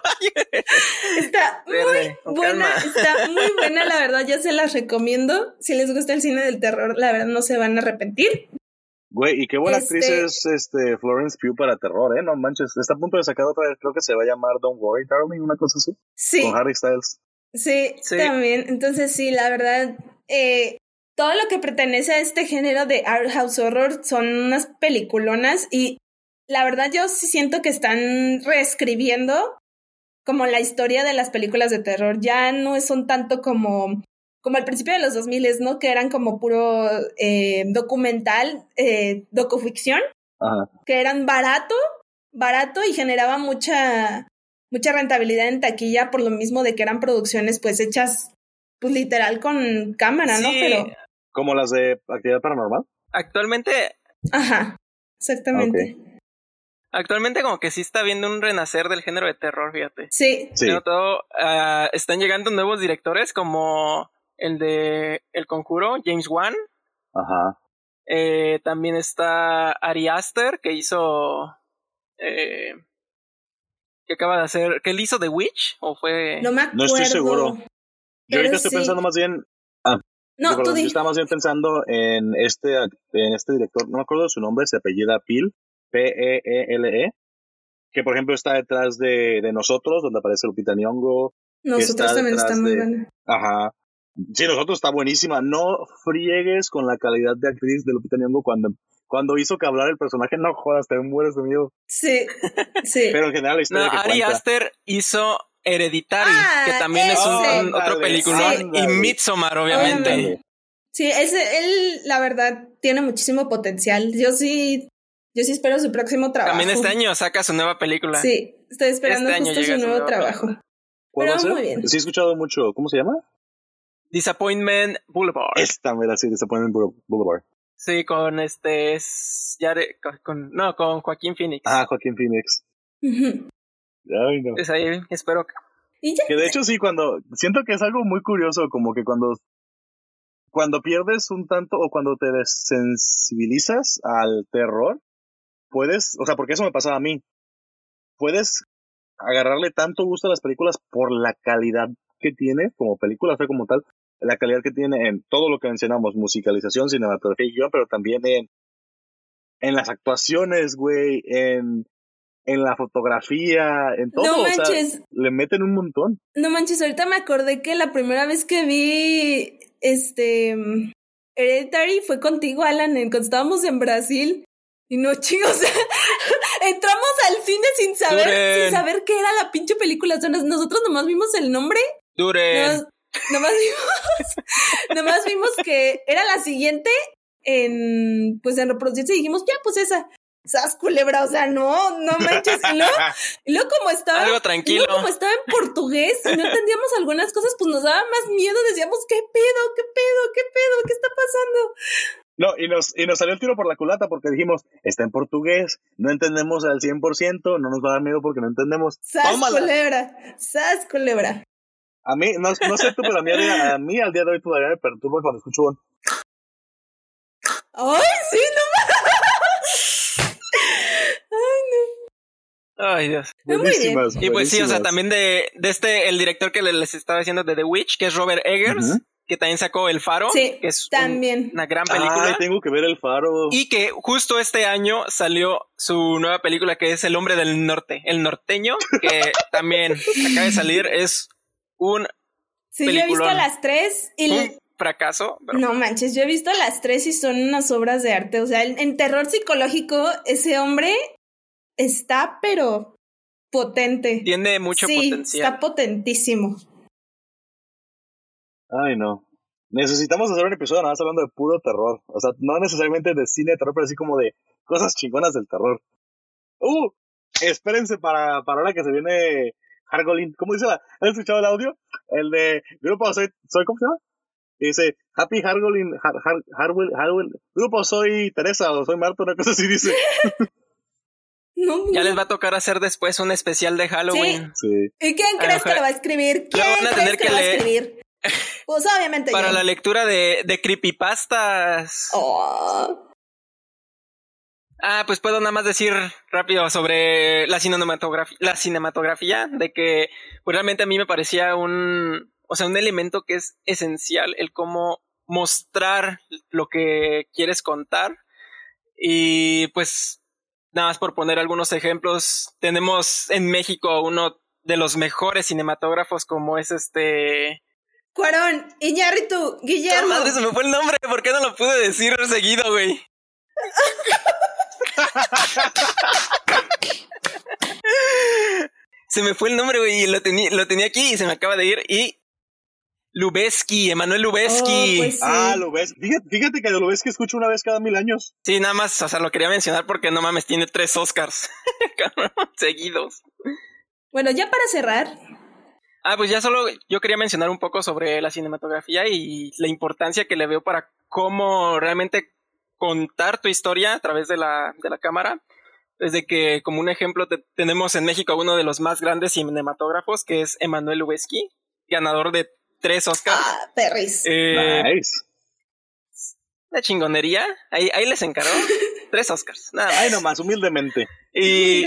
Está muy buena, la verdad, yo se las recomiendo. Si les gusta el cine del terror, la verdad no se van a arrepentir. Güey, y qué buena actriz es Florence Pugh para terror, no manches. Está a punto de sacar otra vez, creo que se va a llamar Don't Worry Darling, una cosa así. Sí. Con Harry Styles. Sí, también. Entonces sí, la verdad, todo lo que pertenece a este género de art house horror son unas peliculonas y la verdad yo sí siento que están reescribiendo como la historia de las películas de terror. Ya no son tanto como al principio de los 2000, ¿no? Que eran como puro documental, docuficción. Ajá. Que eran barato y generaba mucha rentabilidad en taquilla por lo mismo de que eran producciones pues hechas pues literal con cámara, sí. ¿no? Pero como las de Actividad Paranormal. Actualmente. Ajá, exactamente. Okay. Actualmente como que sí está viendo un renacer del género de terror, fíjate. Sí. Todo, están llegando nuevos directores como el de El Conjuro, James Wan. Ajá. También está Ari Aster, que hizo... que acaba de hacer... ¿Que él hizo The Witch? ¿O fue...? No me acuerdo. No estoy seguro. Yo ahorita estoy pensando más bien... No, yo estaba más bien pensando en este director, no me acuerdo de su nombre, se apellida Peele, P-E-E-L-E, que por ejemplo está detrás de Nosotros, donde aparece Lupita Nyong'o. Nosotros también está muy buena. Ajá. Sí, Nosotros está buenísima. No friegues con la calidad de actriz de Lupita Nyong'o cuando hizo que hablar el personaje. No jodas, te mueres de miedo. Sí. Pero en general la historia que Ari cuenta. Aster hizo Hereditary, que también es otro peliculón, sí. Y Midsommar, obviamente. Sí, él, la verdad, tiene muchísimo potencial. Yo sí espero su próximo trabajo. También este año saca su nueva película. Sí, estoy esperando justo su nuevo trabajo. Pero muy bien. Sí he escuchado mucho. ¿Cómo se llama? Disappointment Boulevard. Esta me la sí, Disappointment Boulevard. Sí, con con Joaquín Phoenix. Ah, Joaquín Phoenix. Ay, no. Pues ahí espero que de hecho sí, siento que es algo muy curioso, como que cuando pierdes un tanto o cuando te desensibilizas al terror, puedes, o sea, porque eso me pasaba a mí, puedes agarrarle tanto gusto a las películas por la calidad que tiene como película, o sea, como tal, la calidad que tiene en todo lo que mencionamos, musicalización, cinematografía y guión, pero también en las actuaciones, güey, en la fotografía, en todo. No manches. O sea, le meten un montón. No manches, ahorita me acordé que la primera vez que vi Hereditary fue contigo, Alan, cuando estábamos en Brasil. Y no, chicos, entramos al cine sin saber qué era la pinche película. O sea, nosotros nomás vimos el nombre. Nomás vimos que era la siguiente en reproducirse y dijimos, ya, pues esa. ¿Sabes, culebra? O sea, no manches. Y luego como estaba... Algo tranquilo. Y luego como estaba en portugués y no entendíamos algunas cosas, pues nos daba más miedo. Decíamos, ¿qué pedo? ¿Qué está pasando? No, y nos salió el tiro por la culata porque dijimos, está en portugués, no entendemos al 100%, no nos va a dar miedo porque no entendemos. ¡Sas, ¡Tómala! culebra! ¡Sas, culebra! A mí, no sé tú, pero a mí al día de hoy todavía me perturba cuando escucho un... ¡Ay, sí, no! Ay, Dios. Buenísimas, Y pues sí, o sea, buenísimas. también de el director que les estaba diciendo de The Witch, que es Robert Eggers, que también sacó El Faro, Sí, que es también. una gran película. Ay, tengo que ver El Faro. Y que justo este año salió su nueva película que es El Hombre del Norte, El Norteño, que también acaba de salir, es un Sí, yo he visto peliculón. las 3 y... Un fracaso. Pero... No manches, yo he visto las 3 y son unas obras de arte. O sea, en terror psicológico, ese hombre está, pero potente. Tiene mucho potencial. Está potentísimo. Ay, no. Necesitamos hacer un episodio nada más hablando de puro terror. O sea, no necesariamente de cine de terror, pero así como de cosas chingonas del terror. Espérense para ahora que se viene Hargolin. ¿Cómo dice la? ¿Has escuchado el audio? El de Grupo Soy ¿cómo se llama? Y dice Happy Hargolin, Harwell. Grupo Soy Teresa o Soy Marta, una cosa así dice. No, Ya les va a tocar hacer después un especial de Halloween. Sí. ¿Y quién crees que lo va a escribir? ¿Quién van a crees tener que que lo va a leer. escribir? Pues obviamente Para yo. la lectura de creepypastas. Oh. Pues puedo nada más decir rápido sobre la cinematografía, de que pues realmente a mí me parecía un elemento que es esencial, el cómo mostrar lo que quieres contar. Y pues nada más por poner algunos ejemplos, tenemos en México uno de los mejores cinematógrafos como es Cuarón, Iñárritu, Guillermo. Madre, se me fue el nombre, ¿por qué no lo pude decir seguido, güey? Se me fue el nombre, güey, y lo tenía aquí y se me acaba de ir. Y Lubezki, Emanuel Lubezki. Oh, pues sí. Lubezki. Fíjate que de Lubezki escucho una vez cada 1000 años. Sí, nada más, o sea, lo quería mencionar porque no mames, tiene 3 Oscars seguidos. Bueno, ya para cerrar. Pues ya solo yo quería mencionar un poco sobre la cinematografía y la importancia que le veo para cómo realmente contar tu historia a través de la cámara. Desde que, como un ejemplo, tenemos en México a uno de los más grandes cinematógrafos, que es Emanuel Lubezki, ganador de 3 Oscars. Perris. Nice. La chingonería. Ahí les encaró 3 Oscars. Nada más. Ay, nomás, humildemente. Y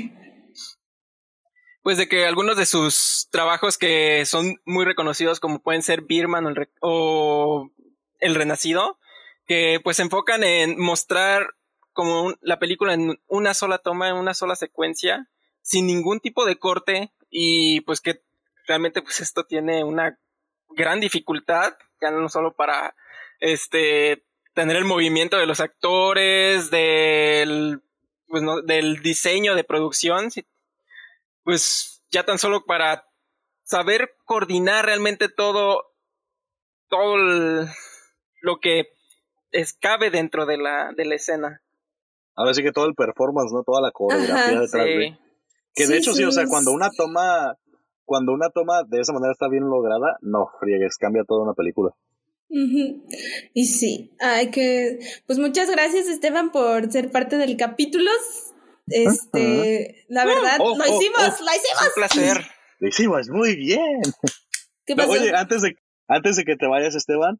pues de que algunos de sus trabajos que son muy reconocidos, como pueden ser Birdman o El Renacido, que pues se enfocan en mostrar como la película en una sola toma, en una sola secuencia, sin ningún tipo de corte, y pues que realmente pues esto tiene una gran dificultad, ya no solo para tener el movimiento de los actores, del diseño de producción, pues ya tan solo para saber coordinar realmente todo lo que cabe dentro de la escena. Ahora sí que todo el performance, ¿no? Toda la coreografía detrás de... Que de hecho sí, o sea, cuando una toma de esa manera está bien lograda, no friegues, cambia toda una película. Y sí, pues muchas gracias, Esteban, por ser parte del capítulo. La verdad, lo hicimos. Un placer. Lo hicimos muy bien. ¿Qué pasó? Oye, antes de que te vayas, Esteban,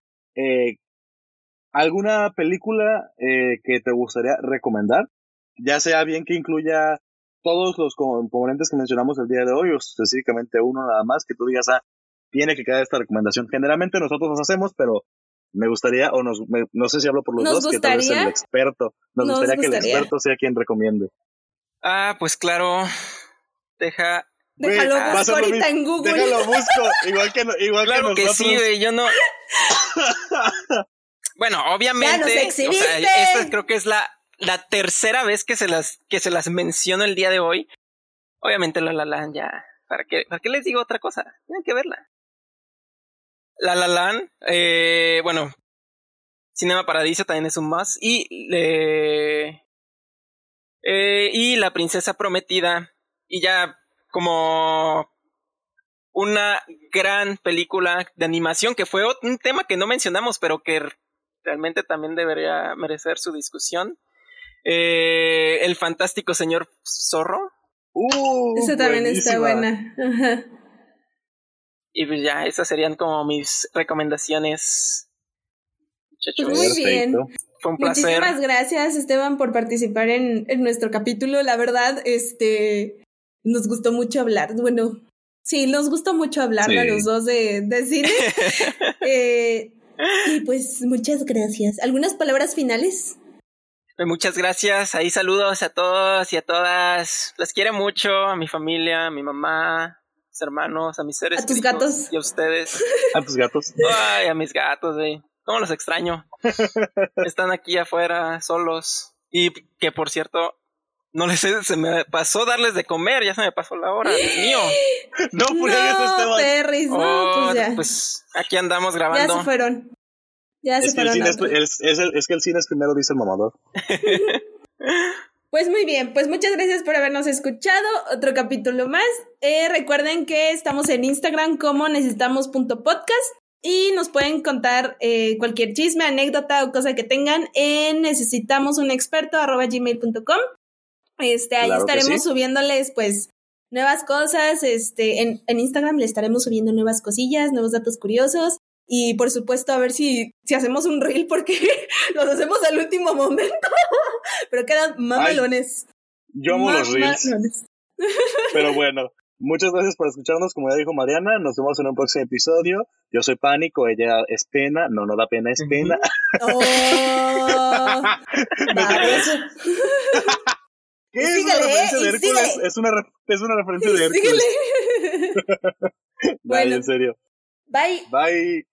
¿alguna película que te gustaría recomendar? Ya sea bien que incluya todos los componentes que mencionamos el día de hoy, o específicamente uno nada más, que tú digas, tiene que quedar esta recomendación. Generalmente nosotros nos hacemos, pero me gustaría, no sé si hablo por los dos, que tal vez el experto, nos gustaría que el experto sea quien recomiende. Pues claro, déjalo busco ahorita en Google. Déjalo busco, igual claro que nosotros. Sí, güey, yo no... Bueno, obviamente, ya nos exhibiste. O sea, esta creo que es la tercera vez que se las menciono el día de hoy. Obviamente La La Land ya... ¿Para qué les digo otra cosa? Tienen que verla. La La Land, bueno, Cinema Paradiso también es un más. Y La Princesa Prometida. Y ya como una gran película de animación, que fue un tema que no mencionamos, pero que realmente también debería merecer su discusión. El fantástico señor Zorro. Esa también buenísima. está buena. Ajá. Y pues ya, esas serían como mis recomendaciones. Muchachos, Pues muy bien. fue un placer. Muchísimas gracias, Esteban, por participar en nuestro capítulo. La verdad, nos gustó mucho hablar. Bueno, sí, nos gustó mucho hablar a los dos de cine. Y pues muchas gracias. ¿Algunas palabras finales? Muchas gracias. Ahí saludos a todos y a todas. Les quiero mucho, a mi familia, a mi mamá, a mis hermanos, a mis seres a tus queridos gatos y a ustedes. A tus gatos. Ay, a mis gatos, güey. ¿Cómo los extraño? Están aquí afuera solos. Y que por cierto, no les se me pasó darles de comer, ya se me pasó la hora, Dios mío. No, Perris, pues ya. Pues aquí andamos grabando. Ya se fueron. Es que el cine es primero, dice el mamador. Pues muy bien, pues muchas gracias por habernos escuchado. Otro capítulo más. Recuerden que estamos en Instagram como necesitamos.podcast y nos pueden contar cualquier chisme, anécdota o cosa que tengan en necesitamosunexperto@gmail.com. Ahí estaremos subiéndoles pues nuevas cosas. En Instagram le estaremos subiendo nuevas cosillas, nuevos datos curiosos. Y por supuesto, a ver si hacemos un reel, porque los hacemos al último momento. Pero quedan mamalones. Yo amo los reels. Pero bueno, muchas gracias por escucharnos. Como ya dijo Mariana, nos vemos en un próximo episodio. Yo soy Pánico, ella es Pena. No da pena, es Pena. ¿Qué es una referencia de Hércules? Es una referencia de Hércules. Bye, en serio. Bye. Bye.